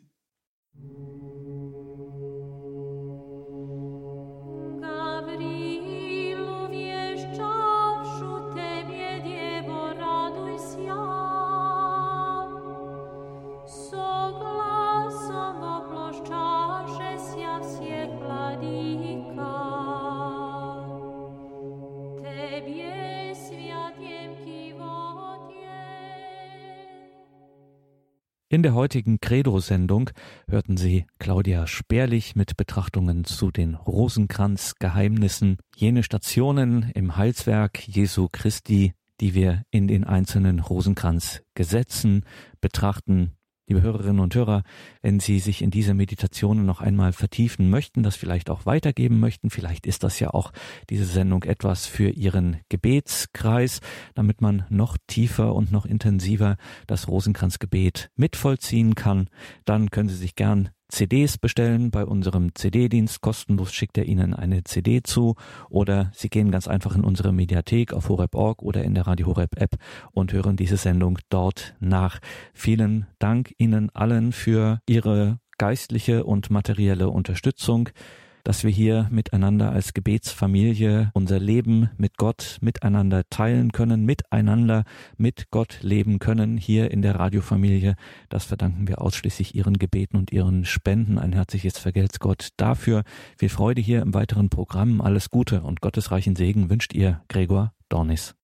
In der heutigen Credo-Sendung hörten Sie Claudia Sperlich mit Betrachtungen zu den Rosenkranz-Geheimnissen, jene Stationen im Heilswerk Jesu Christi, die wir in den einzelnen Rosenkranz-Gesetzen betrachten. Liebe Hörerinnen und Hörer, wenn Sie sich in diese Meditationen noch einmal vertiefen möchten, das vielleicht auch weitergeben möchten, vielleicht ist das ja auch diese Sendung etwas für Ihren Gebetskreis, damit man noch tiefer und noch intensiver das Rosenkranzgebet mitvollziehen kann, dann können Sie sich gern CDs bestellen bei unserem CD-Dienst. Kostenlos schickt er Ihnen eine CD zu, oder Sie gehen ganz einfach in unsere Mediathek auf horeb.org oder in der Radio Horeb App und hören diese Sendung dort nach. Vielen Dank Ihnen allen für Ihre geistliche und materielle Unterstützung, dass wir hier miteinander als Gebetsfamilie unser Leben mit Gott miteinander teilen können, miteinander mit Gott leben können, hier in der Radiofamilie. Das verdanken wir ausschließlich Ihren Gebeten und Ihren Spenden. Ein herzliches Vergelt's Gott dafür. Viel Freude hier im weiteren Programm. Alles Gute und gottesreichen Segen wünscht Ihr Gregor Dornis.